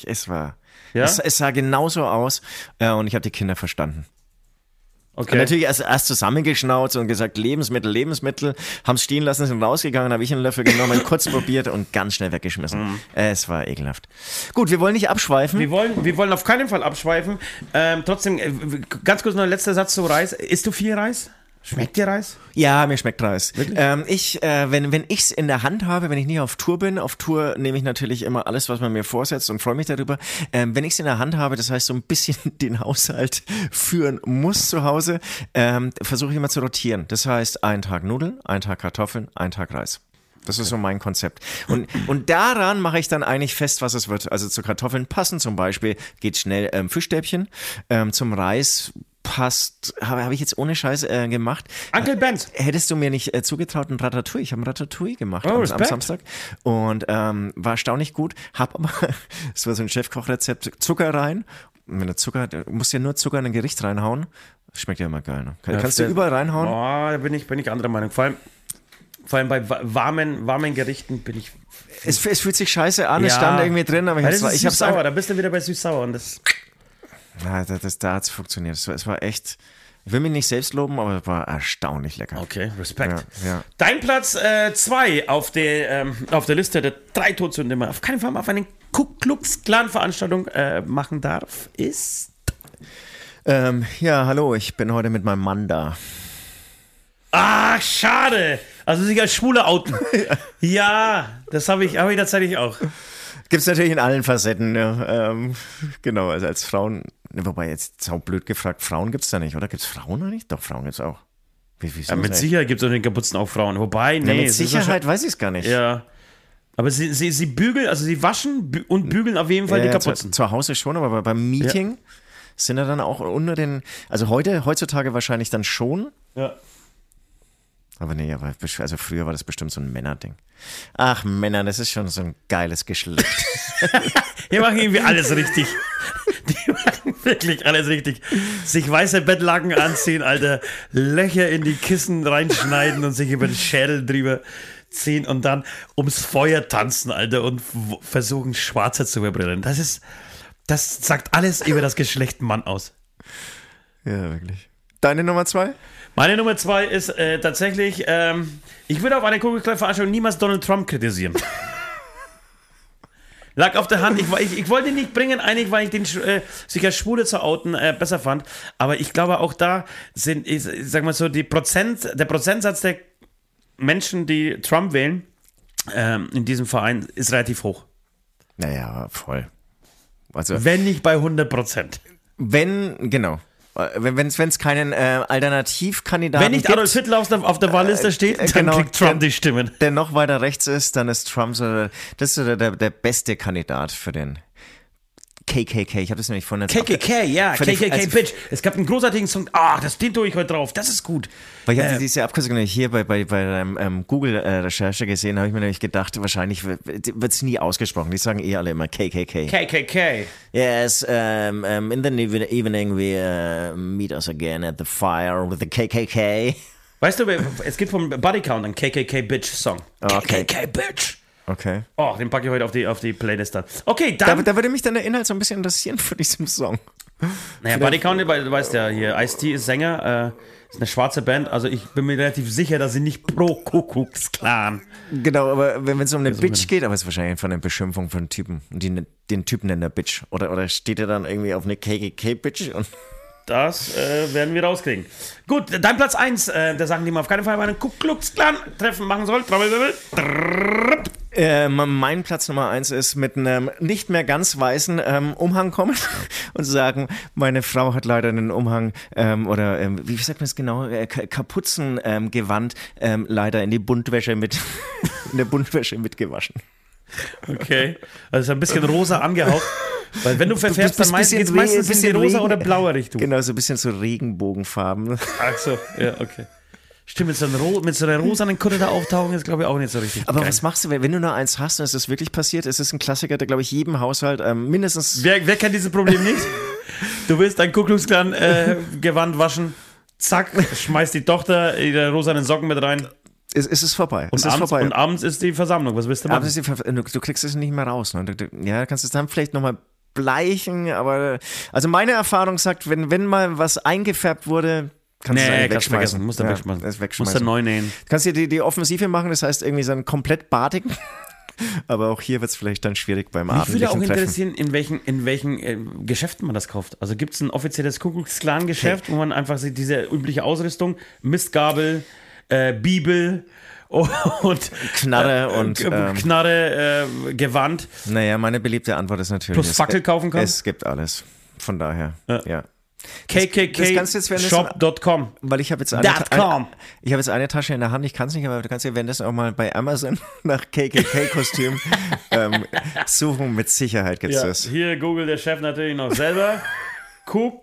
[SPEAKER 2] sah genauso aus und ich habe die Kinder verstanden.
[SPEAKER 3] Okay.
[SPEAKER 2] Und natürlich erst zusammengeschnauzt und gesagt, Lebensmittel, haben es stehen lassen, sind rausgegangen, habe ich einen Löffel genommen, kurz probiert und ganz schnell weggeschmissen. Es war ekelhaft. Gut, wir wollen nicht abschweifen.
[SPEAKER 3] Wir wollen auf keinen Fall abschweifen. Trotzdem, ganz kurz noch ein letzter Satz zu Reis. Isst du viel Reis? Schmeckt dir Reis?
[SPEAKER 2] Ja, mir schmeckt Reis. Wenn ich's in der Hand habe, wenn ich nicht auf Tour bin, auf Tour nehme ich natürlich immer alles, was man mir vorsetzt und freue mich darüber. Wenn ich's in der Hand habe, das heißt so ein bisschen den Haushalt führen muss zu Hause, versuche ich immer zu rotieren. Das heißt, einen Tag Nudeln, einen Tag Kartoffeln, einen Tag Reis. Das ist so mein Konzept. Und daran mache ich dann eigentlich fest, was es wird. Also zu Kartoffeln passen zum Beispiel, geht schnell Fischstäbchen, zum Reis passt, habe ich jetzt ohne Scheiß gemacht.
[SPEAKER 3] Uncle Ben's.
[SPEAKER 2] Hättest du mir nicht zugetraut, ein Ratatouille. Ich habe ein Ratatouille gemacht am Samstag und war erstaunlich gut. Hab aber, es war so ein Chefkochrezept, Zucker rein. Wenn du musst ja nur Zucker in ein Gericht reinhauen. Das schmeckt ja immer geil. Ne? Kannst du überall reinhauen?
[SPEAKER 3] Oh, da bin ich anderer Meinung. Vor allem bei warmen Gerichten bin ich...
[SPEAKER 2] Es fühlt sich scheiße an, es stand irgendwie drin, aber
[SPEAKER 3] ich hab's sauer. Da bist du wieder bei süß-sauer und das...
[SPEAKER 2] Ja, da hat's funktioniert. Es war echt, ich will mich nicht selbst loben, aber es war erstaunlich lecker.
[SPEAKER 3] Okay, Respekt.
[SPEAKER 2] Ja.
[SPEAKER 3] Dein Platz 2 auf der Liste der 3 Todsünden, die man auf keinen Fall mal auf eine Ku Klux Klan Veranstaltung machen darf, ist...
[SPEAKER 2] ja, hallo, ich bin heute mit meinem Mann da.
[SPEAKER 3] Ah, schade. Also sich als Schwule outen. Ja, das habe ich tatsächlich auch.
[SPEAKER 2] Gibt's natürlich in allen Facetten, ja. Genau, also als Frauen, wobei jetzt sau blöd gefragt, Frauen gibt's da nicht, oder? Gibt's Frauen noch nicht? Doch, Frauen gibt's auch.
[SPEAKER 3] Mit Sicherheit gibt's unter den Kapuzen auch Frauen, wobei, nee.
[SPEAKER 2] Ja, mit Sicherheit weiß ich es gar nicht.
[SPEAKER 3] Ja. Aber sie bügeln, also sie waschen und bügeln auf jeden Fall die Kapuzen.
[SPEAKER 2] Zu Hause schon, aber beim Meeting sind ja dann auch unter den, also heutzutage wahrscheinlich dann schon.
[SPEAKER 3] Ja.
[SPEAKER 2] Aber nee, also früher war das bestimmt so ein Männerding. Ach, Männer, das ist schon so ein geiles Geschlecht.
[SPEAKER 3] Die machen irgendwie alles richtig. Die machen wirklich alles richtig. Sich weiße Bettlaken anziehen, Alter, Löcher in die Kissen reinschneiden und sich über den Schädel drüber ziehen und dann ums Feuer tanzen, Alter, und versuchen, Schwarze zu verbrennen. Das sagt alles über das Geschlecht Mann aus.
[SPEAKER 2] Ja, wirklich. Deine Nummer 2?
[SPEAKER 3] Meine Nummer 2 ist tatsächlich, ich würde auf einer Ku Klux Klan Veranstaltung niemals Donald Trump kritisieren. Lag auf der Hand. Ich wollte ihn nicht bringen, eigentlich, weil ich den sich als Schwule zu outen besser fand. Aber ich glaube, auch da sind, ich sag mal so, der Prozentsatz der Menschen, die Trump wählen, in diesem Verein, ist relativ hoch.
[SPEAKER 2] Naja, voll. Also,
[SPEAKER 3] wenn nicht bei 100%.
[SPEAKER 2] Genau. Wenn es keinen Alternativkandidaten
[SPEAKER 3] gibt. Wenn nicht Adolf Hitler auf der Wahlliste steht, dann kriegt Trump die Stimmen.
[SPEAKER 2] Der noch weiter rechts ist, dann ist Trump der beste Kandidat für den KKK. Ich habe das nämlich vorhin...
[SPEAKER 3] KKK, Bitch. Es gab einen großartigen Song. Den tue ich heute drauf. Das ist gut.
[SPEAKER 2] Weil ich hatte diese Abkürzung hier bei Google-Recherche gesehen, habe ich mir nämlich gedacht, wahrscheinlich wird es nie ausgesprochen. Die sagen alle immer KKK.
[SPEAKER 3] KKK.
[SPEAKER 2] Yes, in the evening we meet us again at the fire with the KKK.
[SPEAKER 3] Weißt du, es gibt vom Body Count einen KKK Bitch Song.
[SPEAKER 2] Okay.
[SPEAKER 3] KKK Bitch.
[SPEAKER 2] Okay.
[SPEAKER 3] Oh, den packe ich heute auf die Playlist dann. Okay, dann...
[SPEAKER 2] Da würde mich dann der Inhalt so ein bisschen interessieren für diesen Song.
[SPEAKER 3] Naja, Body Count, du weißt ja, hier, Ice-T ist Sänger, ist eine schwarze Band, also ich bin mir relativ sicher, dass sie nicht pro Ku Klux Klan.
[SPEAKER 2] Genau, aber wenn es um eine Bitch geht, aber es ist wahrscheinlich einfach eine Beschimpfung für einen Typen. Und den Typen nennt er Bitch. Oder steht er dann irgendwie auf eine KKK-Bitch?
[SPEAKER 3] Das werden wir rauskriegen. Gut, dein Platz 1 der Sachen, die man auf keinen Fall bei einem Ku Klux Klan Treffen machen soll.
[SPEAKER 2] Mein Platz Nummer 1 ist mit einem nicht mehr ganz weißen Umhang kommen und sagen, meine Frau hat leider einen Umhang wie sagt man es genau, Kapuzengewand leider in die Buntwäsche mitgewaschen.
[SPEAKER 3] Okay, also ein bisschen rosa angehaucht. Weil wenn du verfährst, dann geht's meistens in die rosa oder blaue Richtung.
[SPEAKER 2] Genau, so ein bisschen so Regenbogenfarben.
[SPEAKER 3] Ach so, ja, okay. Stimmt, mit so einer rosanen Kutte da auftauchen ist, glaube ich, auch nicht so richtig.
[SPEAKER 2] Aber geil. Was machst du, wenn du nur eins hast und es ist wirklich passiert? Es ist ein Klassiker, der, glaube ich, jedem Haushalt mindestens...
[SPEAKER 3] Wer kennt dieses Problem nicht? Du willst dein Ku Klux Klan Gewand waschen, zack, schmeißt die Tochter ihre rosanen Socken mit rein.
[SPEAKER 2] Es ist vorbei.
[SPEAKER 3] Und, abends ist die Versammlung. Was willst du machen?
[SPEAKER 2] Du kriegst es nicht mehr raus. Ne? Ja, kannst es dann vielleicht nochmal bleichen, aber also meine Erfahrung sagt, wenn mal was eingefärbt wurde, kannst du es eigentlich wegschmeißen.
[SPEAKER 3] Musst du wegschmeißen. Musst du neu nähen.
[SPEAKER 2] Du kannst dir die Offensive machen, das heißt irgendwie so einen komplett badigen. Aber auch hier wird es vielleicht dann schwierig beim abendlichen Treffen.
[SPEAKER 3] Mich würde auch interessieren, in welchen Geschäften man das kauft. Also gibt es ein offizielles Ku Klux Klan Geschäft, wo man einfach diese übliche Ausrüstung, Mistgabel, Bibel und
[SPEAKER 2] Knarre und
[SPEAKER 3] Gewand.
[SPEAKER 2] Naja, meine beliebte Antwort ist natürlich,
[SPEAKER 3] plus Fackel kaufen kann.
[SPEAKER 2] Es gibt alles. Von daher, ja.
[SPEAKER 3] KKKshop.com.
[SPEAKER 2] Weil ich habe jetzt eine Tasche in der Hand, ich kann es nicht, aber du kannst ja währenddessen auch mal bei Amazon nach KKK-Kostüm suchen, mit Sicherheit gibt es das.
[SPEAKER 3] Hier googelt der Chef natürlich noch selber. Ku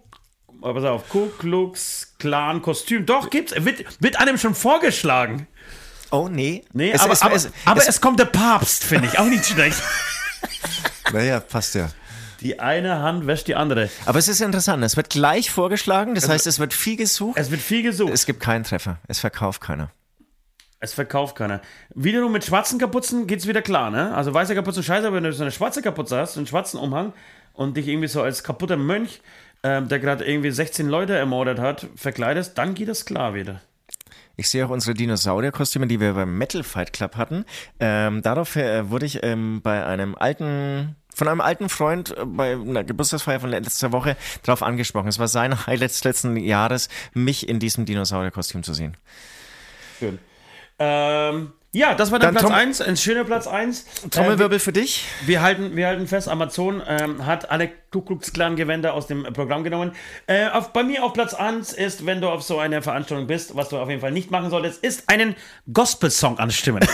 [SPEAKER 3] Klux Klan Kostüm. Doch, gibt's. Wird einem schon vorgeschlagen.
[SPEAKER 2] Oh, nee.
[SPEAKER 3] Aber es kommt der Papst, finde ich. Auch nicht schlecht.
[SPEAKER 2] Naja, passt ja.
[SPEAKER 3] Die eine Hand wäscht die andere.
[SPEAKER 2] Aber es ist interessant, es wird gleich vorgeschlagen, das heißt, es wird viel gesucht. Es gibt keinen Treffer, es verkauft keiner. Wiederum mit schwarzen Kapuzen geht's wieder klar, ne? Also weiße Kapuze scheiße, aber wenn du so eine schwarze Kapuze hast, einen schwarzen Umhang und dich irgendwie so als kaputter Mönch, der gerade irgendwie 16 Leute ermordet hat, verkleidest, dann geht das klar wieder. Ich sehe auch unsere Dinosaurier-Kostüme, die wir beim Metal Fight Club hatten. Darauf wurde ich von einem alten Freund bei einer Geburtstagsfeier von letzter Woche drauf angesprochen. Es war sein Highlight des letzten Jahres, mich in diesem Dinosaurier-Kostüm zu sehen. Schön. Ja, das war dann Platz 1, ein schöner Platz 1. Trommelwirbel für dich. Wir halten fest, Amazon hat alle Ku Klux Klan Gewänder aus dem Programm genommen. Bei mir auf Platz 1 ist, wenn du auf so einer Veranstaltung bist, was du auf jeden Fall nicht machen solltest, ist einen Gospel-Song anstimmen.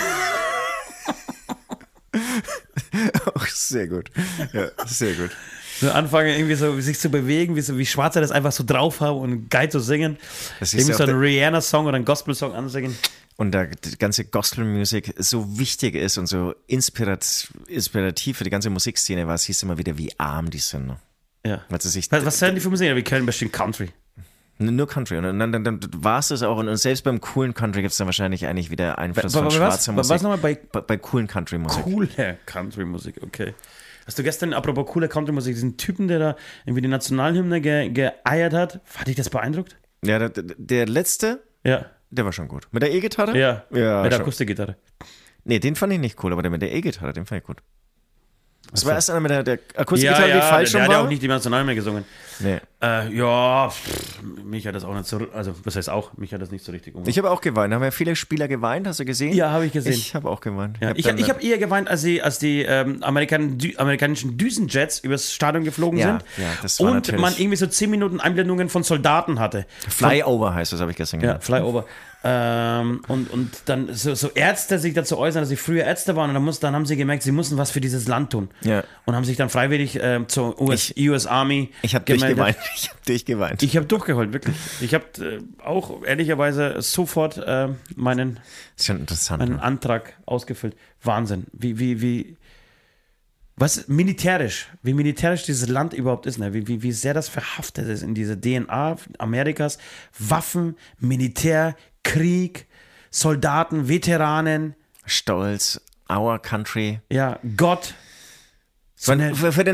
[SPEAKER 2] Oh, sehr gut. Ja, sehr gut. So anfangen irgendwie so sich zu bewegen, wie Schwarze das einfach so drauf haben und geil zu singen. Irgendwie so einen Rihanna-Song oder einen Gospel-Song ansingen. Und da die ganze Gospel-Musik so wichtig ist und so inspirativ für die ganze Musikszene war, siehst du immer wieder, wie arm die sind. Ja. Was hören die für Musik? Wir können bestimmt Country. Nur Country. Und dann war es das auch. Und selbst beim coolen Country gibt es dann wahrscheinlich eigentlich wieder Einfluss von schwarzer Musik. Was nochmal bei coolen Country-Musik? Coole Country-Musik, okay. Hast du gestern, apropos coole Country-Musik, diesen Typen, der da irgendwie die Nationalhymne geeiert hat, hat dich das beeindruckt? Ja, der letzte? Ja. Der war schon gut. Mit der E-Gitarre? Ja, mit der Akustikgitarre. Nee, den fand ich nicht cool, aber der mit der E-Gitarre, den fand ich gut. Das war erst einer mit der Akustikgitarre, die falsch war. Der hat ja auch nicht die Nationalhymne gesungen. Nee. Mich hat das auch nicht so, also was heißt auch, mich hat das nicht so richtig umgehauen. Ich habe auch geweint, da haben ja viele Spieler geweint, hast du gesehen? Ja, habe ich gesehen. Ich habe auch geweint. Ja, ich habe eher geweint, als die amerikanischen Düsenjets übers Stadion geflogen sind. Ja, das war und man irgendwie so 10 Minuten Einblendungen von Soldaten hatte. Flyover heißt das, habe ich gestern gehört. Ja, Flyover. Und dann so Ärzte sich dazu äußern, dass sie früher Ärzte waren und dann haben sie gemerkt, sie mussten was für dieses Land tun. Ja. Und haben sich dann freiwillig zur US Army gemeldet. Ich habe durchgeweint. Ich habe durchgeheult, wirklich. Ich habe auch ehrlicherweise sofort meinen Antrag ausgefüllt. Wahnsinn. Wie militärisch dieses Land überhaupt ist, ne? Wie sehr das verhaftet ist in diese DNA Amerikas. Waffen, Militär, Krieg, Soldaten, Veteranen. Stolz, our country. Ja, Gott. Ich meine,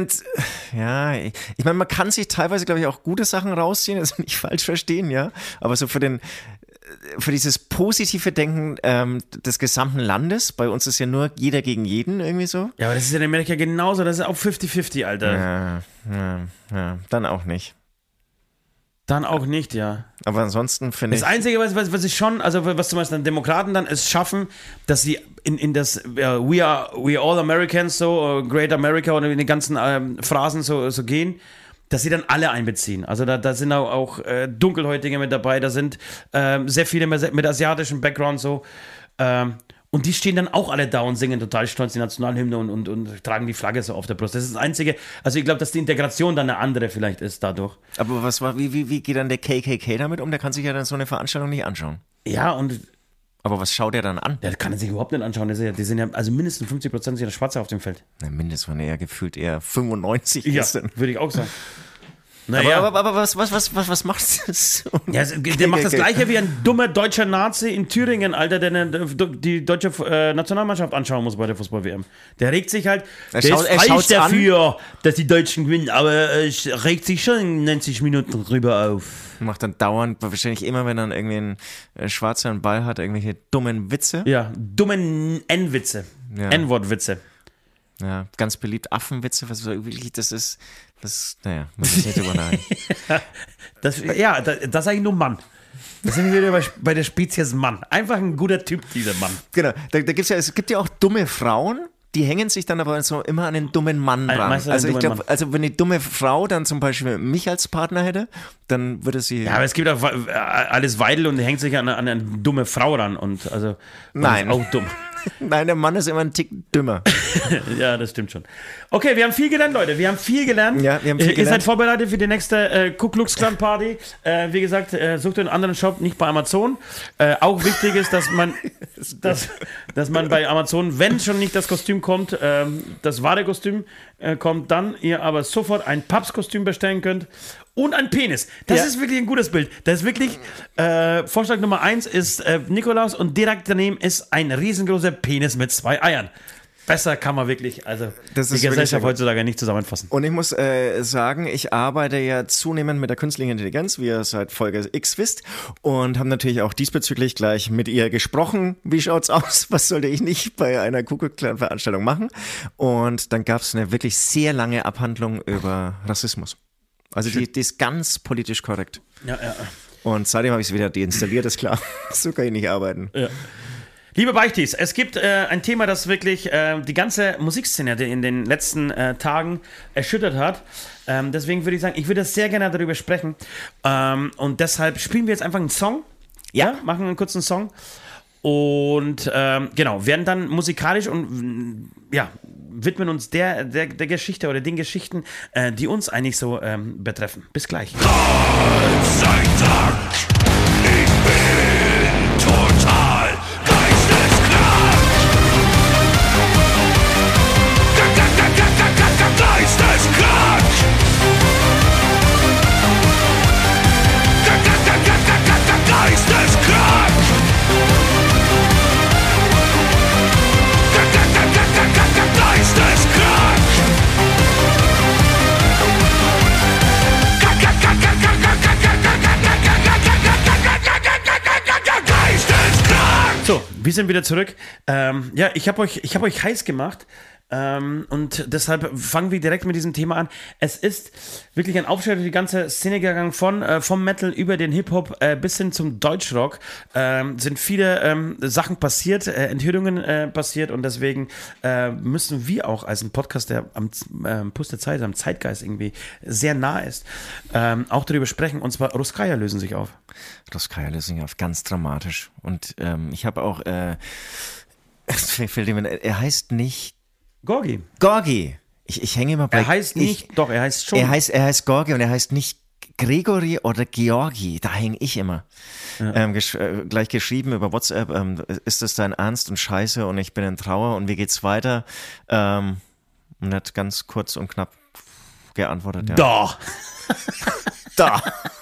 [SPEAKER 2] man kann sich teilweise, glaube ich, auch gute Sachen rausziehen, also nicht falsch verstehen, ja. Aber so für dieses positive Denken des gesamten Landes, bei uns ist ja nur jeder gegen jeden irgendwie so. Ja, aber das ist ja in Amerika genauso, das ist auch 50-50, Alter. Ja, dann auch nicht. Dann auch nicht, ja. Aber ansonsten finde ich... Das Einzige, was ich schon, also was zum Beispiel Demokraten dann es schaffen, dass sie in das We are all Americans, so Great America oder in den ganzen Phrasen so gehen, dass sie dann alle einbeziehen. Also da sind auch Dunkelhäutige mit dabei, da sind sehr viele mit asiatischem Background so. Und die stehen dann auch alle da und singen total stolz die Nationalhymne und tragen die Flagge so auf der Brust. Das ist das Einzige, also ich glaube, dass die Integration dann eine andere vielleicht ist dadurch. Aber wie geht dann der KKK damit um? Der kann sich ja dann so eine Veranstaltung nicht anschauen. Ja, aber was schaut er dann an? Der kann er sich überhaupt nicht anschauen. Die sind ja, also mindestens 50% sind Schwarze auf dem Feld. Na, mindestens, eher gefühlt eher 95. Ja, würde ich auch sagen.
[SPEAKER 3] Naja.
[SPEAKER 2] Aber was macht das?
[SPEAKER 3] Ja, der macht das Gleiche wie ein dummer deutscher Nazi in Thüringen, Alter, der die deutsche Nationalmannschaft anschauen muss bei der Fußball-WM. Der regt sich halt,
[SPEAKER 2] Er
[SPEAKER 3] der
[SPEAKER 2] schaut-
[SPEAKER 3] ist
[SPEAKER 2] er
[SPEAKER 3] falsch
[SPEAKER 2] schaut's
[SPEAKER 3] dafür, dass die Deutschen gewinnen, aber er regt sich schon 90 Minuten drüber auf.
[SPEAKER 2] Macht dann dauernd, wahrscheinlich immer, wenn dann irgendwie ein Schwarzer einen Ball hat, irgendwelche dummen Witze.
[SPEAKER 3] Ja, dumme N-Witze,
[SPEAKER 2] Ja.
[SPEAKER 3] N-Wort-Witze.
[SPEAKER 2] Ja, ganz beliebt Affenwitze, was so wirklich das ist. Naja, muss ich nicht drüber nachdenken.
[SPEAKER 3] Das ist eigentlich nur Mann. Das sind wir wieder bei der Spezies Mann. Einfach ein guter Typ, dieser Mann.
[SPEAKER 2] Genau, es gibt ja auch dumme Frauen, die hängen sich dann aber so immer an den dummen Mann dran.
[SPEAKER 3] meinst du
[SPEAKER 2] Also
[SPEAKER 3] den
[SPEAKER 2] ich
[SPEAKER 3] dummen
[SPEAKER 2] glaube, also wenn die dumme Frau dann zum Beispiel mich als Partner hätte, dann würde sie...
[SPEAKER 3] Ja, aber es gibt auch alles Weidel und hängt sich an eine dumme Frau ran. Und also,
[SPEAKER 2] Nein.
[SPEAKER 3] Das ist auch dumm.
[SPEAKER 2] Nein, der Mann ist immer ein Tick dümmer.
[SPEAKER 3] Ja, das stimmt schon. Okay, wir haben viel gelernt, Leute. Wir haben viel gelernt.
[SPEAKER 2] Ja, wir haben viel
[SPEAKER 3] Ihr
[SPEAKER 2] gelernt.
[SPEAKER 3] seid vorbereitet für die nächste Ku Klux Klan Party. Wie gesagt, sucht einen anderen Shop, nicht bei Amazon. Auch wichtig ist, dass man bei Amazon, wenn schon nicht das Kostüm kommt, das wahre Kostüm kommt, dann ihr aber sofort ein Papst-Kostüm bestellen könnt. Und ein Penis. Das ist wirklich ein gutes Bild. Das ist wirklich, Vorschlag Nummer 1 ist Nikolaus und direkt daneben ist ein riesengroßer Penis mit 2 Eiern. Besser kann man wirklich, also
[SPEAKER 2] Das
[SPEAKER 3] die
[SPEAKER 2] ist wirklich sehr
[SPEAKER 3] Gesellschaft
[SPEAKER 2] gut.
[SPEAKER 3] heutzutage nicht zusammenfassen.
[SPEAKER 2] Und ich muss sagen, ich arbeite ja zunehmend mit der künstlichen Intelligenz, wie ihr seit Folge X wisst, und habe natürlich auch diesbezüglich gleich mit ihr gesprochen. Wie schaut's aus? Was sollte ich nicht bei einer Ku Klux Klan Veranstaltung machen? Und dann gab es eine wirklich sehr lange Abhandlung über Rassismus. Also die ist ganz politisch korrekt.
[SPEAKER 3] Ja.
[SPEAKER 2] Und seitdem habe ich es wieder deinstalliert, ist klar. So kann ich nicht arbeiten.
[SPEAKER 3] Ja. Liebe Beichtis, es gibt ein Thema, das wirklich die ganze Musikszene in den letzten Tagen erschüttert hat. Deswegen würde ich sagen, ich würde sehr gerne darüber sprechen. Und deshalb spielen wir jetzt einfach einen Song. Ja, machen einen kurzen Song. Und genau, werden dann musikalisch und widmen uns der Geschichte oder den Geschichten, die uns eigentlich so betreffen. Bis gleich.
[SPEAKER 1] Gott sei Dank, ich bin total geisteskrank. Geisteskrank. Geisteskrank. Geisteskrank.
[SPEAKER 3] So, wir sind wieder zurück. Ich habe euch heiß gemacht. Und deshalb fangen wir direkt mit diesem Thema an. Es ist wirklich ein Aufschrei durch die ganze Szene gegangen, vom Metal über den Hip-Hop bis hin zum Deutschrock. Sind viele Sachen passiert, Enthüllungen passiert, und deswegen müssen wir auch als ein Podcast, der am Puls der Zeit, am Zeitgeist irgendwie sehr nah ist, auch darüber sprechen. Und zwar Ruskaya lösen sich auf.
[SPEAKER 2] Ruskaya lösen sich auf, ganz dramatisch. Und ich habe auch, er heißt nicht Gorgi. Ich hänge immer bei...
[SPEAKER 3] Er heißt nicht, doch, er heißt schon.
[SPEAKER 2] Er heißt Gorgi und er heißt nicht Gregory oder Georgi. Da hänge ich immer. Ja. Gleich geschrieben über WhatsApp, ist das dein Ernst und Scheiße und ich bin in Trauer und wie geht's weiter? Und er hat ganz kurz und knapp geantwortet. Ja. Da.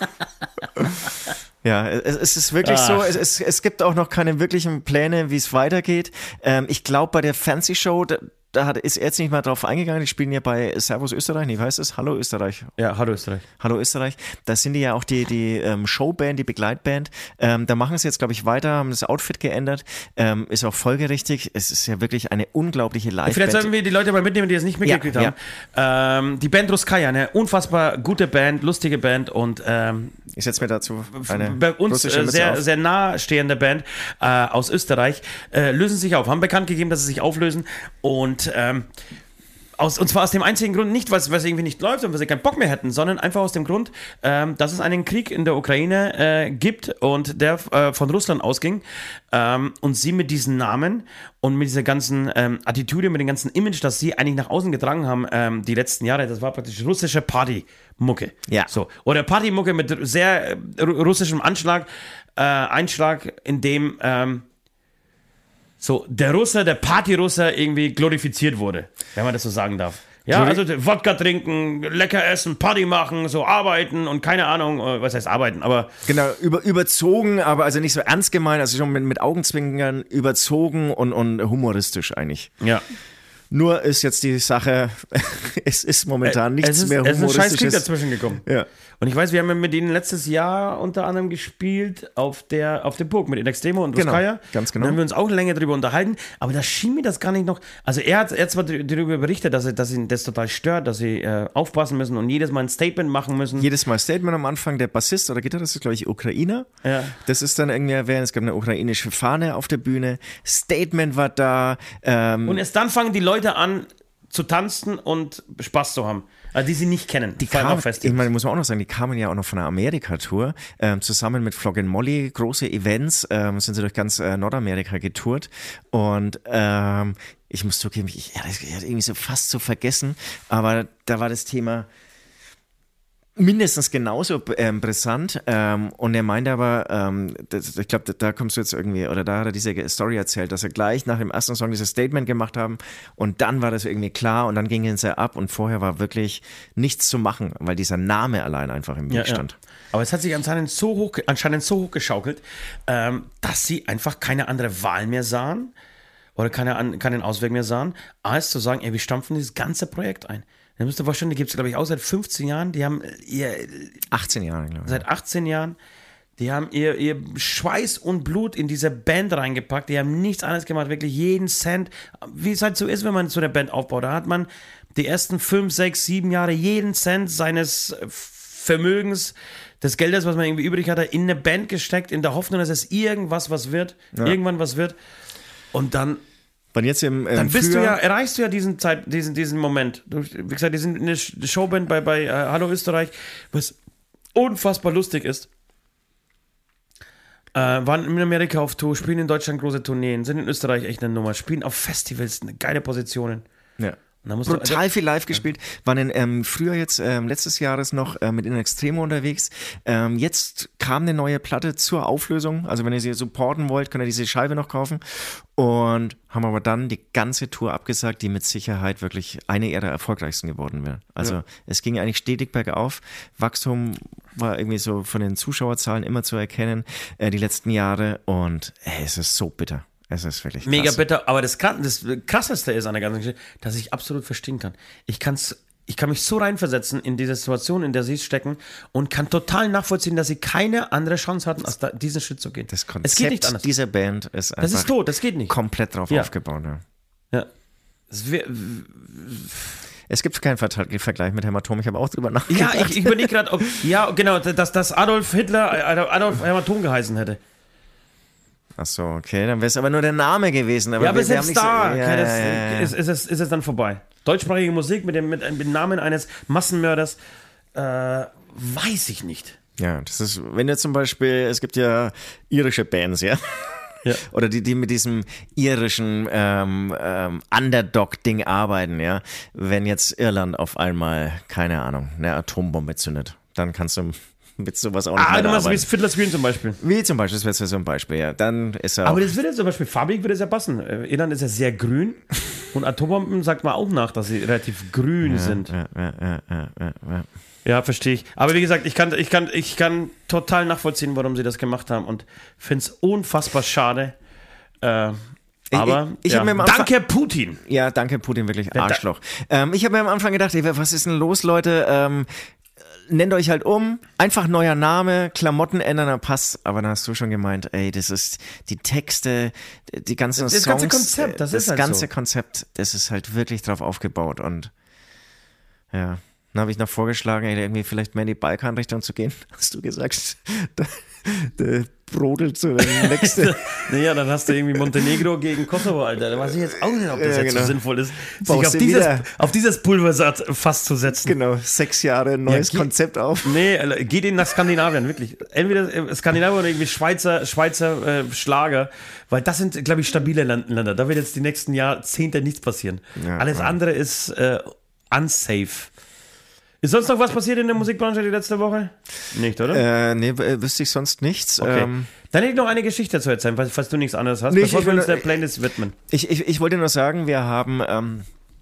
[SPEAKER 2] Ja, es ist wirklich so, es gibt auch noch keine wirklichen Pläne, wie es weitergeht. Ich glaube, bei der Fancy Show, ist er jetzt nicht mal drauf eingegangen. Die spielen ja bei Servus Österreich, wie heißt es? Hallo Österreich.
[SPEAKER 3] Ja, Hallo Österreich. Hallo
[SPEAKER 2] Österreich. Da sind die ja auch die Showband, die Begleitband. Da machen sie jetzt, glaube ich, weiter, haben das Outfit geändert. Ist auch folgerichtig. Es ist ja wirklich eine unglaubliche Live-Band.
[SPEAKER 3] Vielleicht sollten wir die Leute mal mitnehmen, die es nicht mitgekriegt haben. Ja. Die Band Ruskaya, eine unfassbar gute Band, lustige Band und
[SPEAKER 2] ich setze mir dazu eine
[SPEAKER 3] bei uns sehr nahestehende Band aus Österreich, lösen sich auf, haben bekannt gegeben, dass sie sich auflösen und und zwar aus dem einzigen Grund, nicht weil es irgendwie nicht läuft und weil sie keinen Bock mehr hätten, sondern einfach aus dem Grund, dass es einen Krieg in der Ukraine gibt und der von Russland ausging und sie mit diesen Namen und mit dieser ganzen Attitüde, mit dem ganzen Image, das sie eigentlich nach außen getragen haben die letzten Jahre, das war praktisch russische Partymucke.
[SPEAKER 2] Ja.
[SPEAKER 3] So. Oder Partymucke mit sehr russischem Einschlag, in dem so der Partyrusse irgendwie glorifiziert wurde, wenn man das so sagen darf. Ja, also Wodka trinken, lecker essen, Party machen, so arbeiten und keine Ahnung, was heißt arbeiten, aber...
[SPEAKER 2] Genau, überzogen, aber also nicht so ernst gemeint, also schon mit Augenzwinkern überzogen und humoristisch eigentlich.
[SPEAKER 3] Ja.
[SPEAKER 2] Nur ist jetzt die Sache, es ist momentan nichts mehr Humoristisches.
[SPEAKER 3] Es ist ein scheiß Krieg dazwischen gekommen.
[SPEAKER 2] Ja.
[SPEAKER 3] Und ich weiß, wir haben mit ihnen letztes Jahr unter anderem gespielt auf der Burg mit In Extremo und Ruskaya.
[SPEAKER 2] Ganz genau.
[SPEAKER 3] Da haben wir uns auch länger drüber unterhalten, aber da schien mir das gar nicht noch. Also er hat zwar darüber berichtet, dass ihn das total stört, dass sie aufpassen müssen und jedes Mal ein Statement machen müssen.
[SPEAKER 2] Jedes Mal Statement am Anfang, der Bassist oder Gitarrist ist, glaube ich, Ukrainer. Ja. Das ist dann irgendwie erwähnt, es gab eine ukrainische Fahne auf der Bühne, Statement war da.
[SPEAKER 3] Und erst dann fangen die Leute an zu tanzen und Spaß zu haben. Also die sie nicht kennen.
[SPEAKER 2] Die kamen, ich meine, muss man auch noch sagen, die kamen ja auch noch von einer Amerika-Tour, zusammen mit Floggin' Molly, große Events, sind sie durch ganz Nordamerika getourt und ich muss zugeben, ich hatte irgendwie so fast so vergessen, aber da war das Thema mindestens genauso brisant und er meinte aber, ich glaube, da kommst du jetzt irgendwie, oder da hat er diese Story erzählt, dass er gleich nach dem ersten Song dieses Statement gemacht haben und dann war das irgendwie klar und dann ging es ja ab und vorher war wirklich nichts zu machen, weil dieser Name allein einfach im Weg stand.
[SPEAKER 3] Ja. Aber es hat sich anscheinend so hoch geschaukelt, dass sie einfach keine andere Wahl mehr sahen oder keinen Ausweg mehr sahen, als zu sagen, ey, wir stampfen dieses ganze Projekt ein. Da müsst ihr vorstellen, die gibt es, glaube ich, auch seit 15 Jahren. Die haben
[SPEAKER 2] 18 Jahre, glaube ich.
[SPEAKER 3] Seit 18 Jahren. Die haben ihr Schweiß und Blut in diese Band reingepackt. Die haben nichts anderes gemacht, wirklich jeden Cent. Wie es halt so ist, wenn man so eine Band aufbaut. Da hat man die ersten 5, 6, 7 Jahre jeden Cent seines Vermögens, des Geldes, was man irgendwie übrig hatte, in eine Band gesteckt, in der Hoffnung, dass es irgendwann was wird. Und dann...
[SPEAKER 2] Jetzt
[SPEAKER 3] dann erreichst du ja diesen Moment. Wie gesagt, die sind eine Showband bei Hallo Österreich, was unfassbar lustig ist. Waren in Amerika auf Tour, spielen in Deutschland große Tourneen, sind in Österreich echt eine Nummer, spielen auf Festivals, geile Positionen.
[SPEAKER 2] Ja. Brutal viel live gespielt, waren in früher jetzt letztes Jahres noch mit In Extremo unterwegs. Jetzt kam eine neue Platte zur Auflösung, also wenn ihr sie supporten wollt, könnt ihr diese Scheibe noch kaufen und haben aber dann die ganze Tour abgesagt, die mit Sicherheit wirklich eine ihrer erfolgreichsten geworden wäre. Also es ging eigentlich stetig bergauf, Wachstum war irgendwie so von den Zuschauerzahlen immer zu erkennen die letzten Jahre und es ist so bitter. Es ist wirklich krass.
[SPEAKER 3] Mega bitter, aber das Krasseste ist an der ganzen Geschichte, dass ich absolut verstehen kann. Ich kann mich so reinversetzen in diese Situation, in der sie stecken und kann total nachvollziehen, dass sie keine andere Chance hatten, als diesen Schritt zu gehen.
[SPEAKER 2] Das Konzept dieser Band ist einfach
[SPEAKER 3] das ist tot, das geht nicht.
[SPEAKER 2] Komplett drauf aufgebaut. Ja. Es gibt keinen Vergleich mit Hämatom, ich habe auch drüber nachgedacht.
[SPEAKER 3] Ja, ich überlege gerade, ob dass Adolf Hitler Adolf Hämatom geheißen hätte.
[SPEAKER 2] Ach so, okay, dann wäre es aber nur der Name gewesen. Aber
[SPEAKER 3] aber selbst da ist es dann vorbei. Deutschsprachige Musik mit dem Namen eines Massenmörders, weiß ich nicht.
[SPEAKER 2] Ja, das ist, wenn du zum Beispiel, es gibt ja irische Bands, ja. Oder die mit diesem irischen Underdog-Ding arbeiten, ja. Wenn jetzt Irland auf einmal, keine Ahnung, eine Atombombe zündet, dann kannst du mit sowas auch nicht mehr
[SPEAKER 3] du meinst wie Fiddler's Green zum Beispiel.
[SPEAKER 2] Wie zum Beispiel, das wäre so ein Beispiel, ja. Dann ist er
[SPEAKER 3] aber das würde zum Beispiel, farbig würde es ja passen. Irland ist ja sehr grün und Atombomben sagt man auch nach, dass sie relativ grün sind. Ja, verstehe ich. Aber wie gesagt, ich kann total nachvollziehen, warum sie das gemacht haben und finde es unfassbar schade. Aber danke Putin.
[SPEAKER 2] Ja, danke Putin, wirklich Arschloch. Ich habe mir am Anfang gedacht, ey, was ist denn los, Leute? Nennt euch halt um, einfach neuer Name, Klamotten ändern, dann passt. Aber dann hast du schon gemeint, ey, das ist die Texte, die ganzen Songs.
[SPEAKER 3] Das ganze Konzept, das ganze
[SPEAKER 2] Konzept, das ist halt wirklich drauf aufgebaut. Und ja, dann habe ich noch vorgeschlagen, ey, irgendwie vielleicht mehr in die Balkanrichtung zu gehen, hast du gesagt. Da brodelt so der nächste.
[SPEAKER 3] Naja, dann hast du irgendwie Montenegro gegen Kosovo, Alter. Da weiß ich jetzt auch nicht, ob das jetzt so sinnvoll ist, sich auf dieses Pulversatz zu setzen.
[SPEAKER 2] Genau, 6 Jahre neues Konzept auf.
[SPEAKER 3] Nee, geht nach Skandinavien, wirklich. Entweder Skandinavien oder irgendwie Schweizer Schlager, weil das sind, glaube ich, stabile Länder. Da wird jetzt die nächsten Jahrzehnte nichts passieren. Ja, alles andere ist unsafe. Ist sonst noch was passiert in der Musikbranche die letzte Woche? Nicht, oder?
[SPEAKER 2] Nee, wüsste ich sonst nichts.
[SPEAKER 3] Okay. Dann hätte ich noch eine Geschichte zu erzählen, falls du nichts anderes hast, bevor wir uns der Playlist widmen.
[SPEAKER 2] Ich wollte nur sagen, wir haben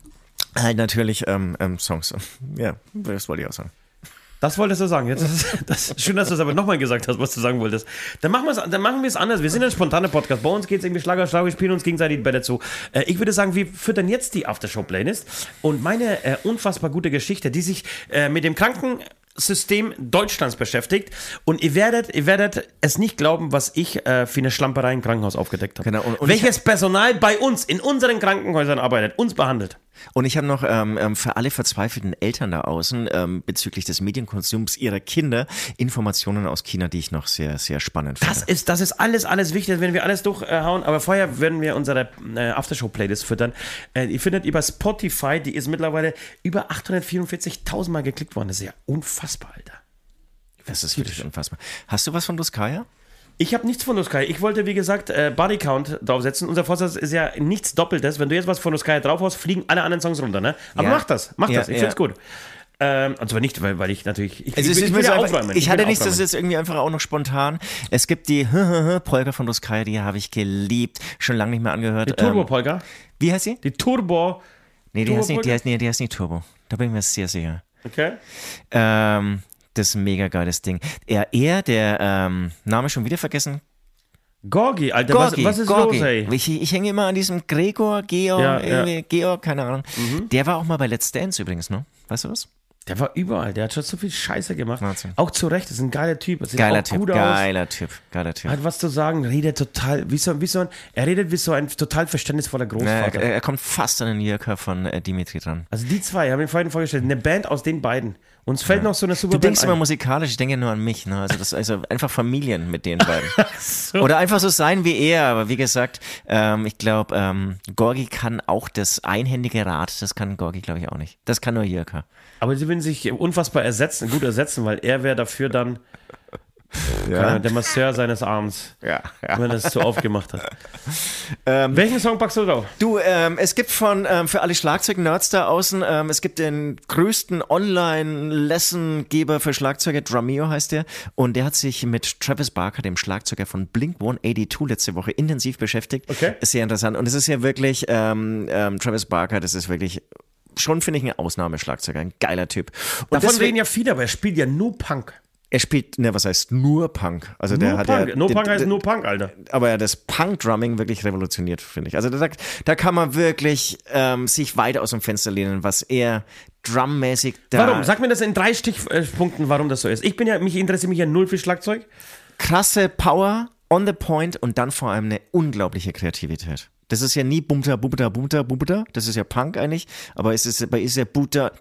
[SPEAKER 2] Halt natürlich Songs. Ja, das wollte ich auch sagen.
[SPEAKER 3] Das wolltest du sagen. Schön, dass du es aber nochmal gesagt hast, was du sagen wolltest. Dann machen wir es anders. Wir sind ein spontaner Podcast. Bei uns geht es irgendwie Schlag auf Schlag. Wir spielen uns gegenseitig die Bälle zu. Ich würde sagen, wir füttern jetzt die Aftershow-Playlist. Und meine unfassbar gute Geschichte, die sich mit dem Krankensystem Deutschlands beschäftigt. Und ihr werdet es nicht glauben, was ich für eine Schlamperei im Krankenhaus aufgedeckt habe.
[SPEAKER 2] Genau. Und
[SPEAKER 3] welches Personal bei uns in unseren Krankenhäusern arbeitet, uns behandelt.
[SPEAKER 2] Und ich habe noch für alle verzweifelten Eltern da außen bezüglich des Medienkonsums ihrer Kinder Informationen aus China, die ich noch sehr, sehr spannend finde.
[SPEAKER 3] Das ist alles wichtig, das werden wir alles durchhauen, aber vorher werden wir unsere Aftershow-Playlist füttern. Ihr findet über Spotify, die ist mittlerweile über 844.000 Mal geklickt worden. Das ist ja unfassbar, Alter.
[SPEAKER 2] Das ist wirklich unfassbar. Hast du was von Luskaya?
[SPEAKER 3] Ich habe nichts von Luskaya. Ich wollte, wie gesagt, Bodycount draufsetzen. Unser Vorsatz ist ja nichts Doppeltes. Wenn du jetzt was von Luskaya draufhaust, fliegen alle anderen Songs runter, ne? Aber
[SPEAKER 2] ja.
[SPEAKER 3] mach das. Ich finde es gut. Und zwar nicht, weil ich natürlich... Ich
[SPEAKER 2] hatte nichts, das ist jetzt irgendwie einfach auch noch spontan. Es gibt die Polka von Luskaya, die habe ich geliebt. Schon lange nicht mehr angehört.
[SPEAKER 3] Die Turbo-Polka?
[SPEAKER 2] Wie heißt sie?
[SPEAKER 3] Die Turbo...
[SPEAKER 2] Nee, die heißt nicht Turbo. Da bin ich mir sehr sicher.
[SPEAKER 3] Okay.
[SPEAKER 2] Das ist ein mega geiles Ding. Der Name schon wieder vergessen.
[SPEAKER 3] Gorgi, Alter, was ist
[SPEAKER 2] Gorgi.
[SPEAKER 3] los, ey?
[SPEAKER 2] Ich hänge immer an diesem Georg, keine Ahnung. Der war auch mal bei Let's Dance übrigens, ne? Weißt du was?
[SPEAKER 3] Der war überall, der hat schon so viel Scheiße gemacht.
[SPEAKER 2] Wahnsinn.
[SPEAKER 3] Auch zu Recht, das ist ein geiler Typ.
[SPEAKER 2] Geiler Typ.
[SPEAKER 3] Hat was zu sagen, redet total, er redet wie so ein total verständnisvoller Großvater.
[SPEAKER 2] Er kommt fast an den Jirka von Dimitri dran.
[SPEAKER 3] Also die zwei, haben wir vorhin vorgestellt, eine Band aus den beiden. Uns fällt noch so eine super
[SPEAKER 2] Du denkst
[SPEAKER 3] Band
[SPEAKER 2] immer
[SPEAKER 3] ein.
[SPEAKER 2] musikalisch, ich denke nur an mich. Ne? Also einfach Familien mit den beiden. So. Oder einfach so sein wie er. Aber wie gesagt, ich glaube, Gorgi kann auch das einhändige Rad, das kann Gorgi, glaube ich, auch nicht. Das kann nur Jirka.
[SPEAKER 3] Aber sie würden sich unfassbar gut ersetzen, weil er wäre dafür dann der Masseur seines Arms, wenn er es so aufgemacht hat. Welchen Song packst du drauf?
[SPEAKER 2] Du, es gibt für alle Schlagzeug-Nerds da außen, es gibt den größten Online-Lessengeber für Schlagzeuger, Drumeo heißt der, und der hat sich mit Travis Barker, dem Schlagzeuger von Blink-182 letzte Woche intensiv beschäftigt.
[SPEAKER 3] Okay.
[SPEAKER 2] Ist sehr interessant und es ist ja wirklich, Travis Barker, das ist wirklich schon, finde ich, ein Ausnahmeschlagzeuger, ein geiler Typ. Und
[SPEAKER 3] davon reden ja viele, aber er spielt ja nur Punk.
[SPEAKER 2] Er spielt, was heißt nur Punk? Also
[SPEAKER 3] nur
[SPEAKER 2] der hat
[SPEAKER 3] Punk.
[SPEAKER 2] ja,
[SPEAKER 3] nur Punk heißt nur Punk, Alter.
[SPEAKER 2] Aber er hat das Punk-Drumming wirklich revolutioniert, finde ich. Also da kann man wirklich sich weit aus dem Fenster lehnen, was er drummäßig da...
[SPEAKER 3] Warum? Sag mir das in 3 Stichpunkten, warum das so ist. Mich interessiert mich ja null für Schlagzeug.
[SPEAKER 2] Krasse Power, on the point und dann vor allem eine unglaubliche Kreativität. Das ist ja nie Bumta, Bumta, Bumta, Bumta. Das ist ja Punk eigentlich. Aber es ist ja Bumta,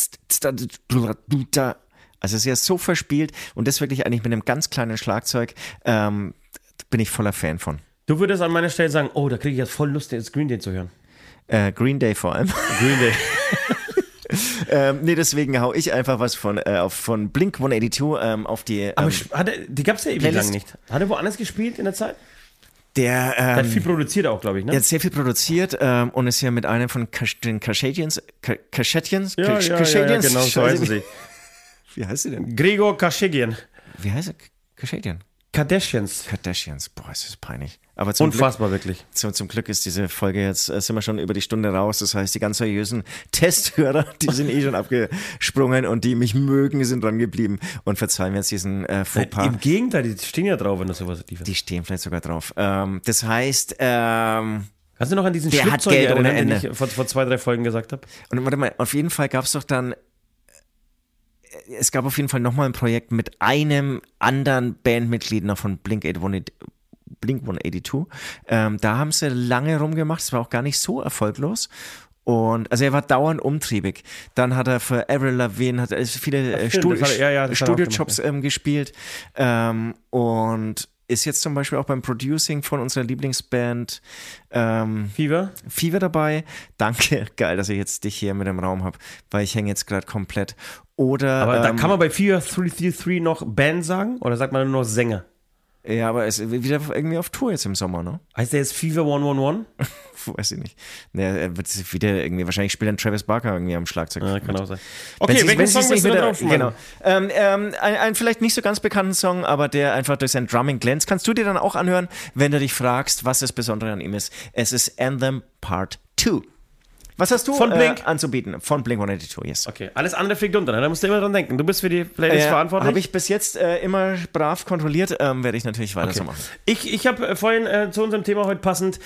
[SPEAKER 2] also es ist ja so verspielt und das wirklich eigentlich mit einem ganz kleinen Schlagzeug bin ich voller Fan von.
[SPEAKER 3] Du würdest an meiner Stelle sagen, oh, da kriege ich jetzt voll Lust, jetzt Green Day zu hören.
[SPEAKER 2] Green Day vor allem.
[SPEAKER 3] Green Day.
[SPEAKER 2] Nee, deswegen hau ich einfach was von Blink-182 auf die
[SPEAKER 3] Aber die gab es ja ewig lang nicht. Hat er woanders gespielt in der Zeit? Der hat viel produziert auch, glaube ich, ne?
[SPEAKER 2] Er hat sehr viel produziert und ist ja mit einem von den Kashadians.
[SPEAKER 3] Ja, genau, so heißen sie.
[SPEAKER 2] Wie heißt sie denn?
[SPEAKER 3] Gregor Kashegian.
[SPEAKER 2] Wie heißt er? Kashadian?
[SPEAKER 3] Kardashians.
[SPEAKER 2] Boah, ist das peinlich. Aber
[SPEAKER 3] unfassbar, wirklich.
[SPEAKER 2] Zum Glück ist diese Folge jetzt, sind wir schon über die Stunde raus. Das heißt, die ganz seriösen Testhörer, die sind schon abgesprungen und die mich mögen, sind dran geblieben und verzeihen mir jetzt diesen Fauxpas.
[SPEAKER 3] Im Gegenteil, die stehen ja drauf, wenn das sowas liefert.
[SPEAKER 2] Die stehen vielleicht sogar drauf. Das heißt,
[SPEAKER 3] kannst du noch an diesen
[SPEAKER 2] Schlipzeug erinnern,
[SPEAKER 3] den ich vor 2, 3 Folgen gesagt habe?
[SPEAKER 2] Und warte mal, auf jeden Fall gab es doch dann es gab auf jeden Fall nochmal ein Projekt mit einem anderen Bandmitglied noch von Blink-182. Da haben sie lange rumgemacht, es war auch gar nicht so erfolglos. Und also er war dauernd umtriebig. Dann hat er für Avril Lavigne viele Studiojobs gespielt und ist jetzt zum Beispiel auch beim Producing von unserer Lieblingsband Fever dabei. Danke, geil, dass ich jetzt dich hier mit im Raum habe, weil ich hänge jetzt gerade komplett. Aber
[SPEAKER 3] da kann man bei Fever 333 noch Band sagen oder sagt man nur noch Sänger?
[SPEAKER 2] Ja, aber es ist wieder irgendwie auf Tour jetzt im Sommer, ne?
[SPEAKER 3] Heißt der jetzt Fever 111?
[SPEAKER 2] Weiß ich nicht. Ne, er wird wieder irgendwie, wahrscheinlich spielt dann Travis Barker irgendwie am Schlagzeug.
[SPEAKER 3] Ja, kann auch sein. Okay, welchen Song willst du da drauf machen?
[SPEAKER 2] Genau. Ein vielleicht nicht so ganz bekannten Song, aber der einfach durch sein Drumming glänzt. Kannst du dir dann auch anhören, wenn du dich fragst, was das Besondere an ihm ist. Es ist Anthem Part 2. Was hast du
[SPEAKER 3] Von Blink?
[SPEAKER 2] anzubieten? Von Blink-182, yes.
[SPEAKER 3] Okay, alles andere fliegt unter, ne? Da musst du immer dran denken. Du bist für die Playlist verantwortlich.
[SPEAKER 2] Habe ich bis jetzt immer brav kontrolliert, werde ich natürlich weiter so machen.
[SPEAKER 3] Ich habe vorhin zu unserem Thema heute passend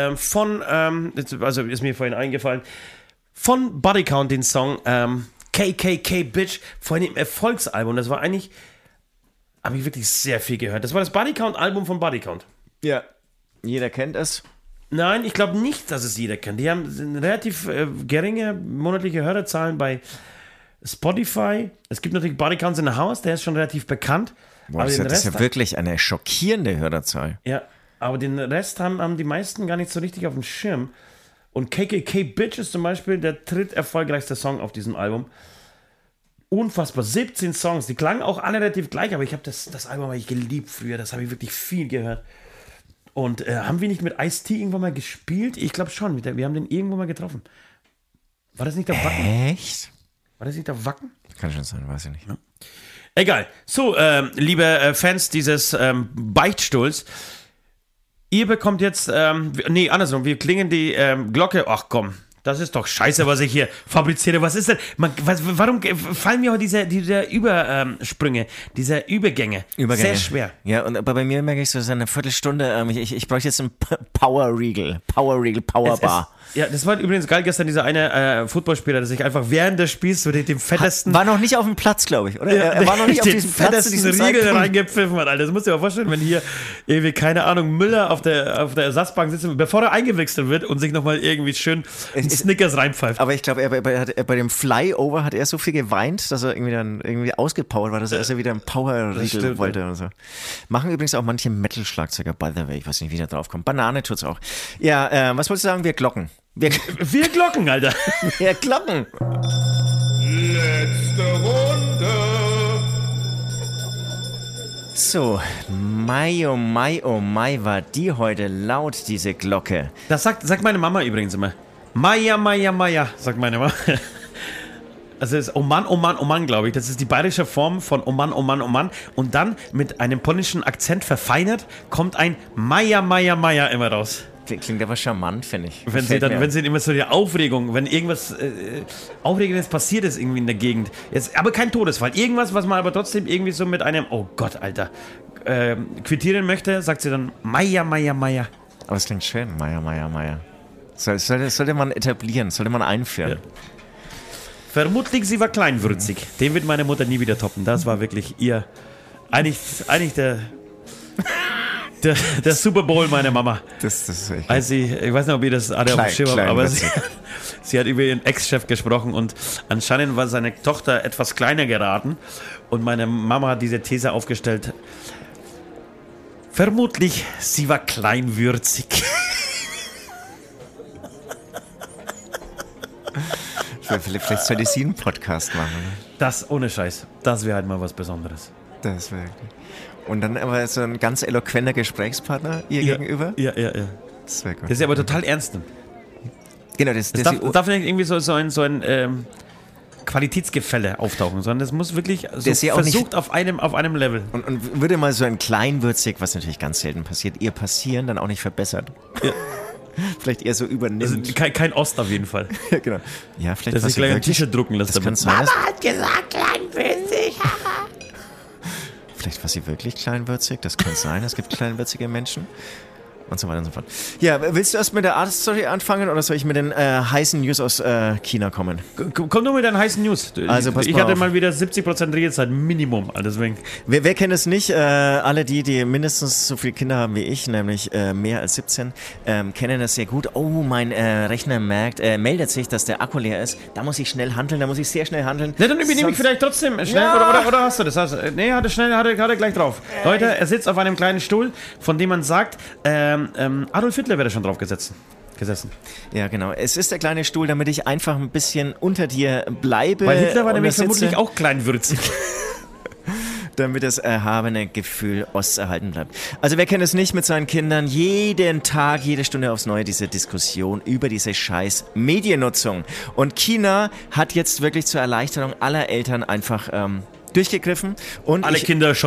[SPEAKER 3] also ist mir vorhin eingefallen, von Body Count den Song KKK Bitch, von dem Erfolgsalbum. Das war eigentlich, habe ich wirklich sehr viel gehört. Das war das Body Count Album von Body Count.
[SPEAKER 2] Ja, jeder kennt es.
[SPEAKER 3] Nein, ich glaube nicht, dass es jeder kennt. Die haben relativ geringe monatliche Hörerzahlen bei Spotify. Es gibt natürlich Body Counts in the House, der ist schon relativ bekannt.
[SPEAKER 2] Boah, das ist ja wirklich eine schockierende Hörerzahl.
[SPEAKER 3] Ja, aber den Rest haben die meisten gar nicht so richtig auf dem Schirm. Und KKK Bitch ist zum Beispiel der dritterfolgreichste Song auf diesem Album. Unfassbar, 17 Songs. Die klangen auch alle relativ gleich, aber ich habe das Album habe ich geliebt früher. Das habe ich wirklich viel gehört. Und haben wir nicht mit Ice-T irgendwann mal gespielt? Ich glaube schon. Wir haben den irgendwo mal getroffen. War das nicht der Wacken?
[SPEAKER 2] Echt?
[SPEAKER 3] War das nicht der Wacken?
[SPEAKER 2] Kann schon sein, weiß ich nicht.
[SPEAKER 3] Ja. Egal. So, liebe Fans dieses Beichtstuhls, ihr bekommt jetzt, andersrum, wir klingen die Glocke. Ach komm, das ist doch scheiße, was ich hier fabriziere. Was ist denn? Warum fallen mir heute diese Übersprünge, diese Übergänge? Sehr schwer.
[SPEAKER 2] Ja, aber bei mir merke ich so, eine Viertelstunde, ich bräuchte jetzt einen Power Riegel, Power Bar.
[SPEAKER 3] Ja, das war übrigens geil gestern, dieser eine Footballspieler, der sich einfach während des Spiels so dem fettesten...
[SPEAKER 2] War noch nicht auf dem Platz, glaube ich, oder? Ja, er war noch nicht auf diesem Platz.
[SPEAKER 3] Den Riegel reingepfiffen hat, Alter. Das musst du dir mal vorstellen, wenn hier irgendwie, keine Ahnung, Müller auf der Ersatzbank sitzt, bevor er eingewechselt wird und sich nochmal irgendwie schön Snickers reinpfeift.
[SPEAKER 2] Aber ich glaube, bei dem Flyover hat er so viel geweint, dass er irgendwie ausgepowert war, dass er erst wieder einen Power-Riegel wollte und so. Machen übrigens auch manche Metal-Schlagzeuger, by the way. Ich weiß nicht, wie der drauf kommt. Banane tut's auch. Ja, was wolltest du sagen? Wir glocken. Wir
[SPEAKER 3] glocken, Alter.
[SPEAKER 2] Wir glocken.
[SPEAKER 1] Letzte Runde.
[SPEAKER 2] So, Mai, oh Mai, war die heute laut, diese Glocke.
[SPEAKER 3] Das sagt meine Mama übrigens immer. Maja, sagt meine Mama. Also es ist oh Mann, glaube ich. Das ist die bayerische Form von oh Mann. Und dann mit einem polnischen Akzent verfeinert kommt ein Maja immer raus.
[SPEAKER 2] Klingt aber charmant, finde ich.
[SPEAKER 3] Wenn sie immer so die Aufregung, wenn irgendwas Aufregendes passiert ist irgendwie in der Gegend. Jetzt, aber kein Todesfall. Irgendwas, was man aber trotzdem irgendwie so mit einem, oh Gott, Alter, quittieren möchte, sagt sie dann Maja.
[SPEAKER 2] Aber es klingt schön, Maja. Sollte man etablieren, sollte man einführen. Ja.
[SPEAKER 3] Vermutlich, sie war kleinwürzig. Den wird meine Mutter nie wieder toppen. Das war wirklich ihr, eigentlich der Super Bowl meiner Mama.
[SPEAKER 2] Das ist echt.
[SPEAKER 3] Als sie, ich weiß nicht, ob ihr das alle auf dem Schirm habt, aber sie hat über ihren Ex-Chef gesprochen und anscheinend war seine Tochter etwas kleiner geraten und meine Mama hat diese These aufgestellt. Vermutlich, sie war kleinwürzig.
[SPEAKER 2] Vielleicht sollte sie einen Podcast machen. Ne?
[SPEAKER 3] Das, ohne Scheiß, das wäre halt mal was Besonderes.
[SPEAKER 2] Das wäre. Und dann aber so ein ganz eloquenter Gesprächspartner ihr gegenüber?
[SPEAKER 3] Ja.
[SPEAKER 2] Das wäre gut.
[SPEAKER 3] Das ist aber total ernst.
[SPEAKER 2] Genau,
[SPEAKER 3] das darf nicht irgendwie so ein Qualitätsgefälle auftauchen, sondern das muss wirklich versucht auf einem Level.
[SPEAKER 2] Und würde mal so ein kleinwürzig, was natürlich ganz selten passiert, ihr passieren, dann auch nicht verbessern. Ja. Vielleicht eher so übernimmt.
[SPEAKER 3] Also kein Ost auf jeden Fall.
[SPEAKER 2] Ja, genau. Ja, vielleicht
[SPEAKER 3] dass ich gleich ein T-Shirt drucken lässt.
[SPEAKER 2] Mama hat gesagt, kleinwürzig. Vielleicht war sie wirklich kleinwürzig, das kann sein. Es gibt kleinwürzige Menschen. Und so weiter und so fort. Ja, willst du erst mit der Art-Story anfangen oder soll ich mit den heißen News aus China kommen?
[SPEAKER 3] Komm nur mit den heißen News.
[SPEAKER 2] Also,
[SPEAKER 3] ich hatte mal wieder 70% Redezeit, Minimum. Deswegen.
[SPEAKER 2] Wer kennt es nicht? Alle die mindestens so viele Kinder haben wie ich, nämlich mehr als 17, kennen das sehr gut. Oh, mein Rechner meldet sich, dass der Akku leer ist. Da muss ich schnell handeln, da muss ich sehr schnell handeln.
[SPEAKER 3] Ne, dann übernehme ich vielleicht trotzdem schnell. Ja. Oder hast du das? Nee, hat er gleich drauf. Leute, er sitzt auf einem kleinen Stuhl, von dem man sagt, Adolf Hitler wäre schon drauf gesessen.
[SPEAKER 2] Ja, genau. Es ist der kleine Stuhl, damit ich einfach ein bisschen unter dir bleibe.
[SPEAKER 3] Weil Hitler war nämlich vermutlich auch kleinwürzig.
[SPEAKER 2] Damit das erhabene Gefühl Osts erhalten bleibt. Also wer kennt es nicht mit seinen Kindern? Jeden Tag, jede Stunde aufs Neue diese Diskussion über diese scheiß Mediennutzung. Und China hat jetzt wirklich zur Erleichterung aller Eltern einfach durchgegriffen. Und
[SPEAKER 3] alle Kinder erschossen.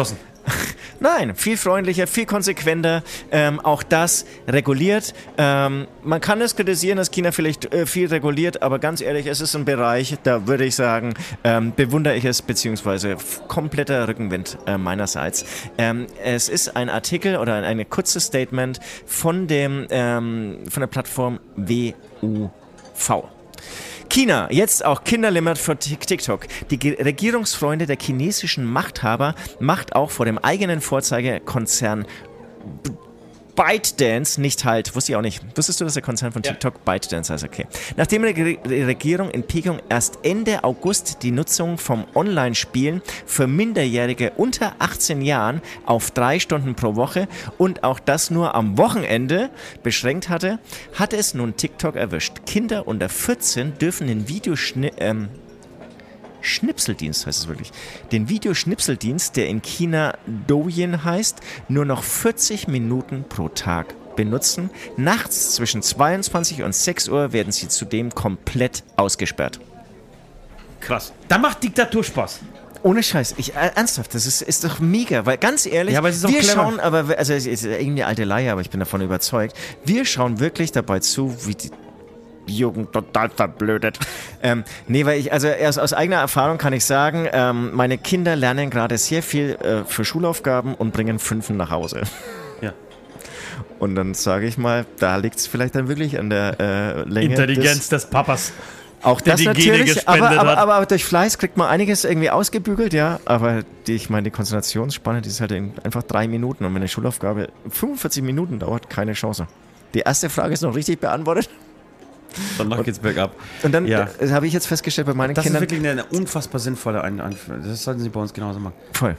[SPEAKER 2] Nein, viel freundlicher, viel konsequenter, auch das reguliert. Man kann es kritisieren, dass China vielleicht viel reguliert, aber ganz ehrlich, es ist ein Bereich, da würde ich sagen, bewundere ich es, beziehungsweise kompletter Rückenwind meinerseits. Es ist ein Artikel oder ein kurzes Statement von der Plattform WUV. China, jetzt auch Kinderlimit für TikTok. Die Regierungsfreunde der chinesischen Machthaber macht auch vor dem eigenen Vorzeigekonzern ByteDance nicht halt. Wusste ich auch nicht. Wusstest du, dass der Konzern von TikTok ByteDance heißt? Okay. Nachdem die Regierung in Peking erst Ende August die Nutzung vom Online-Spielen für Minderjährige unter 18 Jahren auf 3 Stunden pro Woche und auch das nur am Wochenende beschränkt hatte, hat es nun TikTok erwischt. Kinder unter 14 dürfen den Schnipseldienst heißt es wirklich. Den Videoschnipseldienst, der in China Douyin heißt, nur noch 40 Minuten pro Tag benutzen. Nachts zwischen 22 und 6 Uhr werden sie zudem komplett ausgesperrt.
[SPEAKER 3] Krass. Da macht Diktatur Spaß.
[SPEAKER 2] Ohne Scheiß, ernsthaft, das ist doch mega, weil ganz ehrlich,
[SPEAKER 3] ja, aber es ist auch
[SPEAKER 2] wir
[SPEAKER 3] clever.
[SPEAKER 2] schauen, aber, also es ist irgendeine alte Leier, aber ich bin davon überzeugt, wir schauen wirklich dabei zu, wie die Jugend total verblödet. Weil ich, also erst aus eigener Erfahrung kann ich sagen, meine Kinder lernen gerade sehr viel für Schulaufgaben und bringen 5 nach Hause.
[SPEAKER 3] Ja.
[SPEAKER 2] Und dann sage ich mal, da liegt es vielleicht dann wirklich an der Länge
[SPEAKER 3] Intelligenz des Papas.
[SPEAKER 2] Auch
[SPEAKER 3] der
[SPEAKER 2] das
[SPEAKER 3] die Gene
[SPEAKER 2] natürlich,
[SPEAKER 3] gespendet hat.
[SPEAKER 2] aber durch Fleiß kriegt man einiges irgendwie ausgebügelt, ja. Aber die Konzentrationsspanne, die ist halt einfach 3 Minuten. Und wenn eine Schulaufgabe 45 Minuten dauert, keine Chance. Die erste Frage ist noch richtig beantwortet.
[SPEAKER 3] Danach geht's bergab.
[SPEAKER 2] Und dann habe ich jetzt festgestellt bei meinen Kindern.
[SPEAKER 3] Das ist wirklich eine unfassbar sinnvolle Einführung. Das sollten sie bei uns genauso machen.
[SPEAKER 2] Voll.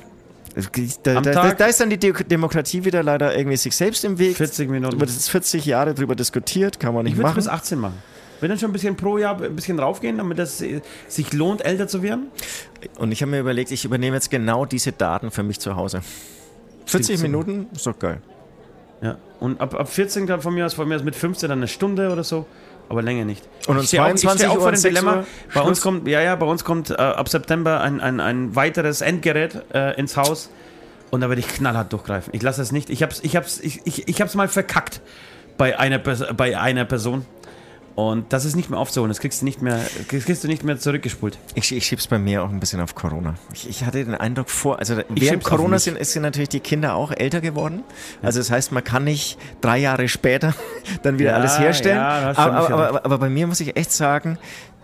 [SPEAKER 2] Da ist dann die Demokratie wieder leider irgendwie sich selbst im Weg.
[SPEAKER 3] 40 Minuten.
[SPEAKER 2] Wird jetzt 40 Jahre drüber diskutiert, kann man nicht machen.
[SPEAKER 3] Ich würde bis 18 machen. Will dann schon ein bisschen pro Jahr ein bisschen raufgehen, damit es sich lohnt, älter zu werden?
[SPEAKER 2] Und ich habe mir überlegt, ich übernehme jetzt genau diese Daten für mich zu Hause. 40 Minuten, ist doch geil.
[SPEAKER 3] Ja, und ab 14 dann von mir aus mit 15 dann eine Stunde oder so. Aber länger nicht.
[SPEAKER 2] Und um 22 Uhr
[SPEAKER 3] vor dem Dilemma.
[SPEAKER 2] Uhr
[SPEAKER 3] bei uns kommt ab September ein weiteres Endgerät ins Haus und da werde ich knallhart durchgreifen. Ich lasse es nicht. Ich hab's mal verkackt bei einer Person. Und das ist nicht mehr aufzuholen. Das kriegst du nicht mehr zurückgespult.
[SPEAKER 2] Ich schieb's bei mir auch ein bisschen auf Corona. Ich hatte den Eindruck während Corona sind natürlich die Kinder auch älter geworden. Ja. Also das heißt, man kann nicht 3 Jahre später dann wieder alles herstellen. Ja, aber bei mir muss ich echt sagen,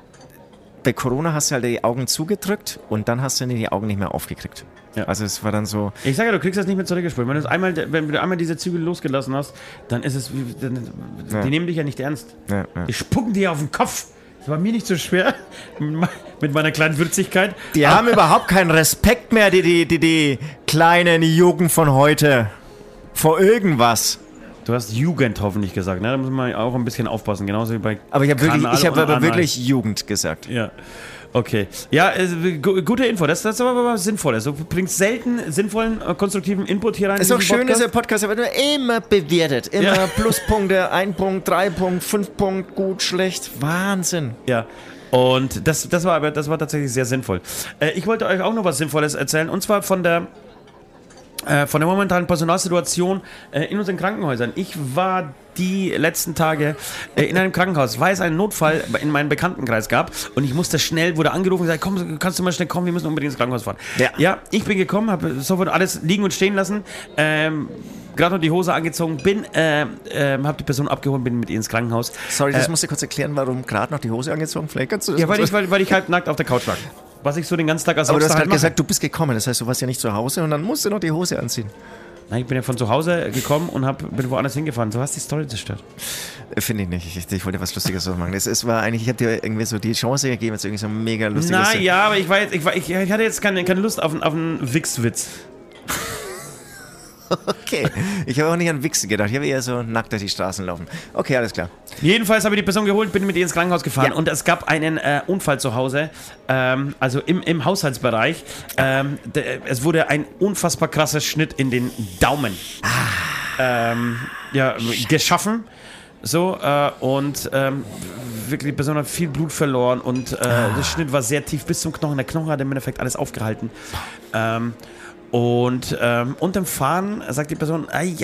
[SPEAKER 2] bei Corona hast du halt die Augen zugedrückt und dann hast du die Augen nicht mehr aufgekriegt. Ja. Also es war dann so...
[SPEAKER 3] Ich sage ja, du kriegst das nicht mehr zurückgespult. Wenn du einmal diese Zügel losgelassen hast, dann ist es... Die nehmen dich ja nicht ernst. Ja. Die spucken dir auf den Kopf. Das war mir nicht so schwer mit meiner kleinen Würzigkeit.
[SPEAKER 2] Die haben überhaupt keinen Respekt mehr, die kleinen Jugend von heute. Vor irgendwas.
[SPEAKER 3] Du hast Jugend hoffentlich gesagt, ne? Da muss man auch ein bisschen aufpassen, genauso wie bei
[SPEAKER 2] Aber ich habe wirklich Jugend gesagt.
[SPEAKER 3] Ja. Okay. Ja, gute Info. Das war aber sinnvoll. Also, du bringst selten sinnvollen, konstruktiven Input hier rein.
[SPEAKER 2] Ist auch schön, dass der Podcast wird immer bewertet. Immer Pluspunkte, 1 Punkt, 3 Punkt, 5 Punkt, gut, schlecht. Wahnsinn.
[SPEAKER 3] Ja. Und das war tatsächlich sehr sinnvoll. Ich wollte euch auch noch was Sinnvolles erzählen. Und zwar von der momentanen Personalsituation in unseren Krankenhäusern. Ich war die letzten Tage in einem Krankenhaus, weil es einen Notfall in meinem Bekanntenkreis gab und ich musste schnell, wurde angerufen und gesagt, komm, kannst du mal schnell kommen, wir müssen unbedingt ins Krankenhaus fahren. Ja, ich bin gekommen, habe sofort alles liegen und stehen lassen, gerade noch die Hose angezogen, habe die Person abgeholt, bin mit ihr ins Krankenhaus.
[SPEAKER 2] Sorry, das musst du kurz erklären, warum gerade noch die Hose angezogen? Vielleicht kannst du das
[SPEAKER 3] weil ich halb nackt auf der Couch lag. Was ich so den ganzen Tag als
[SPEAKER 2] Aber du hast gerade gesagt, du bist gekommen, das heißt, du warst ja nicht zu Hause und dann musst du noch die Hose anziehen.
[SPEAKER 3] Nein, ich bin ja von zu Hause gekommen und bin woanders hingefahren. So hast du die Story zerstört.
[SPEAKER 2] Finde ich nicht. Ich wollte was Lustiges machen. Ich habe dir irgendwie so die Chance gegeben, jetzt irgendwie so ein mega lustiges...
[SPEAKER 3] Ja, aber ich hatte jetzt keine Lust auf einen Wichswitz.
[SPEAKER 2] Okay, ich habe auch nicht an Wichsen gedacht. Ich habe eher so nackt durch die Straßen laufen. Okay, alles klar.
[SPEAKER 3] Jedenfalls habe ich die Person geholt, bin mit ihr ins Krankenhaus gefahren und es gab einen Unfall zu Hause, also im Haushaltsbereich. Es wurde ein unfassbar krasser Schnitt in den Daumen geschaffen. So, wirklich, die Person hat viel Blut verloren und der Schnitt war sehr tief bis zum Knochen. Der Knochen hat im Endeffekt alles aufgehalten. Und unterm Fahren sagt die Person,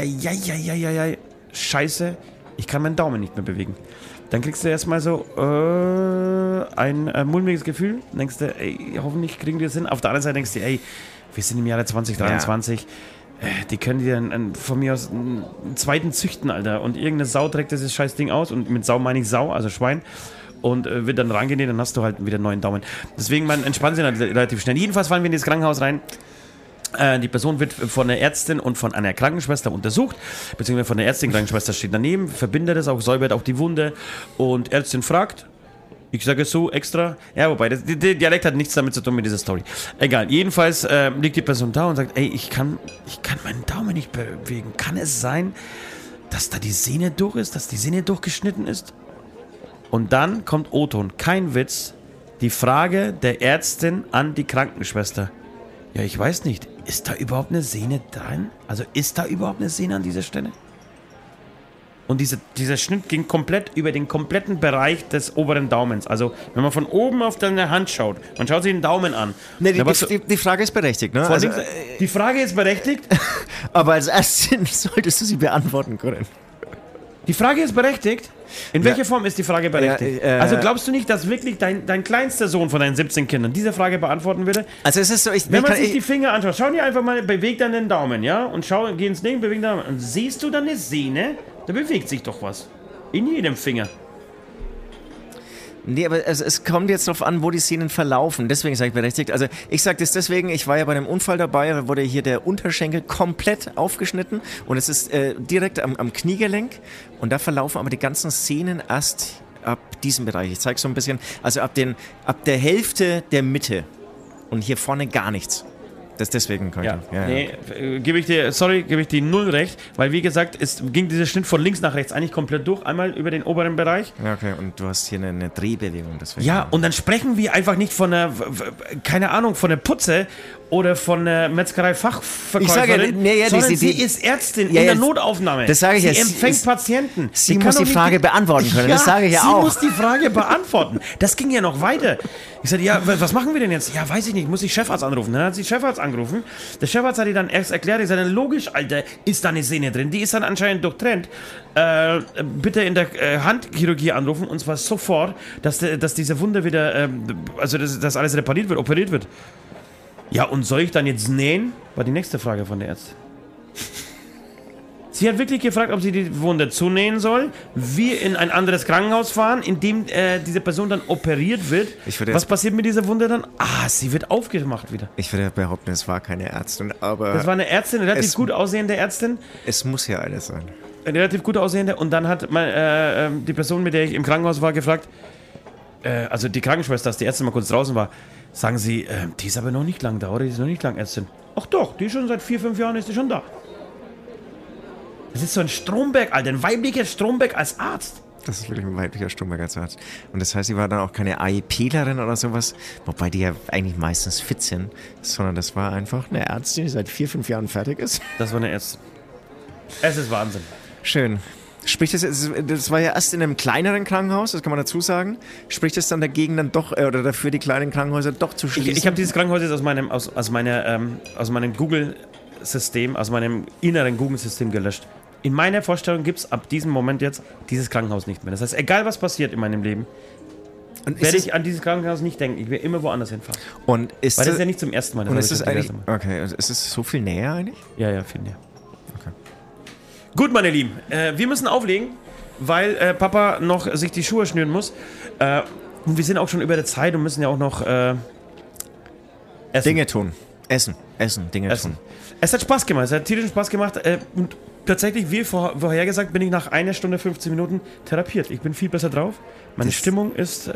[SPEAKER 3] scheiße, ich kann meinen Daumen nicht mehr bewegen. Dann kriegst du erstmal so ein mulmiges Gefühl. Dann denkst du, ey, hoffentlich kriegen wir das hin. Auf der anderen Seite denkst du, ey, wir sind im Jahre 2023. Ja. Die können dir von mir aus einen zweiten züchten, Alter. Und irgendeine Sau trägt dieses scheiß Ding aus. Und mit Sau meine ich Sau, also Schwein. Und wird dann rangenäht, dann hast du halt wieder einen neuen Daumen. Deswegen, man entspannt sich halt relativ schnell. Jedenfalls fallen wir in das Krankenhaus rein. Die Person wird von der Ärztin und von einer Krankenschwester untersucht, beziehungsweise von der Ärztin, Krankenschwester steht daneben, verbindet es auch, säubert auch die Wunde und Ärztin fragt, ich sage es so extra, ja, wobei, der Dialekt hat nichts damit zu tun mit dieser Story. Egal, jedenfalls liegt die Person da und sagt, ey, ich kann meinen Daumen nicht bewegen. Kann es sein, dass da die Sehne durch ist, dass die Sehne durchgeschnitten ist? Und dann kommt O-Ton, kein Witz, die Frage der Ärztin an die Krankenschwester. Ja, ich weiß nicht, ist da überhaupt eine Sehne dran? Also ist da überhaupt eine Sehne an dieser Stelle? Und dieser Schnitt ging komplett über den kompletten Bereich des oberen Daumens. Also wenn man von oben auf deine Hand schaut, man schaut sich den Daumen an.
[SPEAKER 2] Nee, die Frage ist berechtigt, ne?
[SPEAKER 3] Also, die Frage ist berechtigt.
[SPEAKER 2] Aber als Ärztin solltest du sie beantworten können.
[SPEAKER 3] Die Frage ist berechtigt. In welcher Form ist die Frage berechtigt? Also glaubst du nicht, dass wirklich dein kleinster Sohn von deinen 17 Kindern diese Frage beantworten würde?
[SPEAKER 2] Also es ist so,
[SPEAKER 3] wenn man sich die Finger anschaut, schau dir einfach mal, beweg dann den Daumen, ja? Und geh ins Ding, beweg den Daumen. Und siehst du dann eine Sehne? Da bewegt sich doch was. In jedem Finger.
[SPEAKER 2] Nee, aber es kommt jetzt darauf an, wo die Szenen verlaufen. Deswegen sage ich berechtigt. Also ich sage das deswegen, ich war ja bei einem Unfall dabei, da wurde hier der Unterschenkel komplett aufgeschnitten und es ist direkt am Kniegelenk und da verlaufen aber die ganzen Szenen erst ab diesem Bereich. Ich zeige so ein bisschen, also ab der Hälfte der Mitte und hier vorne gar nichts. Das deswegen kann
[SPEAKER 3] ich. Gebe ich dir null recht, weil wie gesagt, es ging dieser Schnitt von links nach rechts eigentlich komplett durch, einmal über den oberen Bereich.
[SPEAKER 2] Ja, okay, und du hast hier eine Drehbewegung. Deswegen.
[SPEAKER 3] Ja, und dann sprechen wir einfach nicht von einer, keine Ahnung, von der Putze oder von der Metzgerei-Fachverkäuferin, sondern sie ist Ärztin in der Notaufnahme.
[SPEAKER 2] Das sage ich
[SPEAKER 3] sie empfängt Patienten.
[SPEAKER 2] Sie muss die Frage beantworten können, das sage ich ja auch.
[SPEAKER 3] Sie muss die Frage beantworten. Das ging ja noch weiter. Ich sagte, ja, was machen wir denn jetzt? Ja, weiß ich nicht, muss ich Chefarzt anrufen. Dann hat sie Chefarzt angerufen. Der Chefarzt hat ihr dann erst erklärt, ich sagte, logisch, Alter, ist da eine Sehne drin. Die ist dann anscheinend durchtrennt. Bitte in der Handchirurgie anrufen, und zwar sofort, dass diese Wunde wieder, dass alles repariert wird, operiert wird. Ja, und soll ich dann jetzt nähen? War die nächste Frage von der Ärztin. Sie hat wirklich gefragt, ob sie die Wunde zunähen soll, wir in ein anderes Krankenhaus fahren, in dem diese Person dann operiert wird. Was passiert mit dieser Wunde dann? Sie wird aufgemacht wieder.
[SPEAKER 2] Ich würde behaupten, es war keine Ärztin, aber...
[SPEAKER 3] Das war eine Ärztin, eine relativ gut aussehende Ärztin.
[SPEAKER 2] Es muss ja eine sein.
[SPEAKER 3] Eine relativ gut aussehende. Und dann hat die Person, mit der ich im Krankenhaus war, gefragt, also die Krankenschwester, als die Ärztin mal kurz draußen war, sagen sie, die ist aber noch nicht lang da, oder? Die ist noch nicht lang Ärztin. Ach doch, die ist schon seit 4-5 Jahren, ist die schon da. Das ist so ein Stromberg, Alter, ein weiblicher Stromberg als Arzt.
[SPEAKER 2] Das ist wirklich ein weiblicher Stromberg als Arzt. Und das heißt, sie war dann auch keine AIPlerin oder sowas, wobei die ja eigentlich meistens fit sind, sondern das war einfach eine Ärztin, die seit 4-5 Jahren fertig ist.
[SPEAKER 3] Das war eine Ärztin. Es ist Wahnsinn.
[SPEAKER 2] Schön. Spricht das war ja erst in einem kleineren Krankenhaus, das kann man dazu sagen. Spricht das dann dagegen dann doch, oder dafür die kleinen Krankenhäuser doch zu schließen?
[SPEAKER 3] Ich habe dieses Krankenhaus jetzt aus meinem Google-System, aus meinem inneren Google-System gelöscht. In meiner Vorstellung gibt es ab diesem Moment jetzt dieses Krankenhaus nicht mehr. Das heißt, egal was passiert in meinem Leben, werde ich an dieses Krankenhaus nicht denken. Ich werde immer woanders hinfahren.
[SPEAKER 2] Und weil
[SPEAKER 3] das ist ja nicht zum ersten Mal.
[SPEAKER 2] Und ist es eigentlich, okay, ist es so viel näher eigentlich?
[SPEAKER 3] Ja, viel näher. Okay. Gut, meine Lieben, wir müssen auflegen, weil Papa noch sich die Schuhe schnüren muss. Und wir sind auch schon über der Zeit und müssen ja auch noch essen.
[SPEAKER 2] Dinge tun. Essen, Dinge tun.
[SPEAKER 3] Es hat Spaß gemacht, es hat tierischen Spaß gemacht. Und tatsächlich, wie vorhergesagt, bin ich nach 1 Stunde 15 Minuten therapiert. Ich bin viel besser drauf. Meine Stimmung ist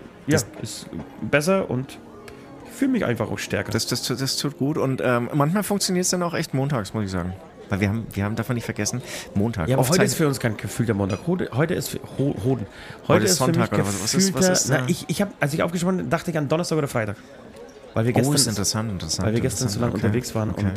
[SPEAKER 3] besser und ich fühle mich einfach auch stärker.
[SPEAKER 2] Das tut gut und manchmal funktioniert es dann auch echt montags, muss ich sagen. Weil wir haben davon nicht vergessen, Montag.
[SPEAKER 3] Ja, aber heute ist für uns kein gefühlter Montag. Heute ist für Hoden. Heute ist Sonntag für mich gefühlter, oder was ist als ich aufgesprochen bin, dachte ich an Donnerstag oder Freitag. Weil wir gestern,
[SPEAKER 2] ist interessant.
[SPEAKER 3] Weil wir gestern so lange unterwegs waren und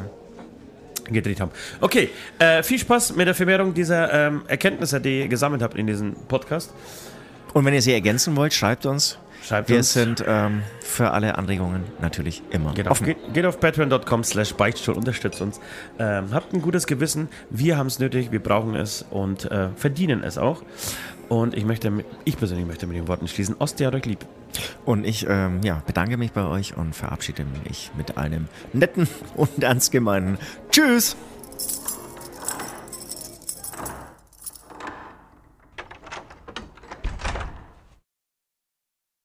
[SPEAKER 3] gedreht haben. Okay, viel Spaß mit der Vermehrung dieser Erkenntnisse, die ihr gesammelt habt in diesem Podcast.
[SPEAKER 2] Und wenn ihr sie ergänzen wollt, schreibt uns.
[SPEAKER 3] Schreibt
[SPEAKER 2] Wir
[SPEAKER 3] uns.
[SPEAKER 2] sind für alle Anregungen natürlich immer offen.
[SPEAKER 3] Geht auf patreon.com/Beichtstuhl, unterstützt uns. Habt ein gutes Gewissen. Wir haben es nötig, wir brauchen es und verdienen es auch. Und ich persönlich möchte mit den Worten schließen. Ostia hat euch lieb.
[SPEAKER 2] Und ich bedanke mich bei euch und verabschiede mich mit einem netten und ernst gemeinten Tschüss.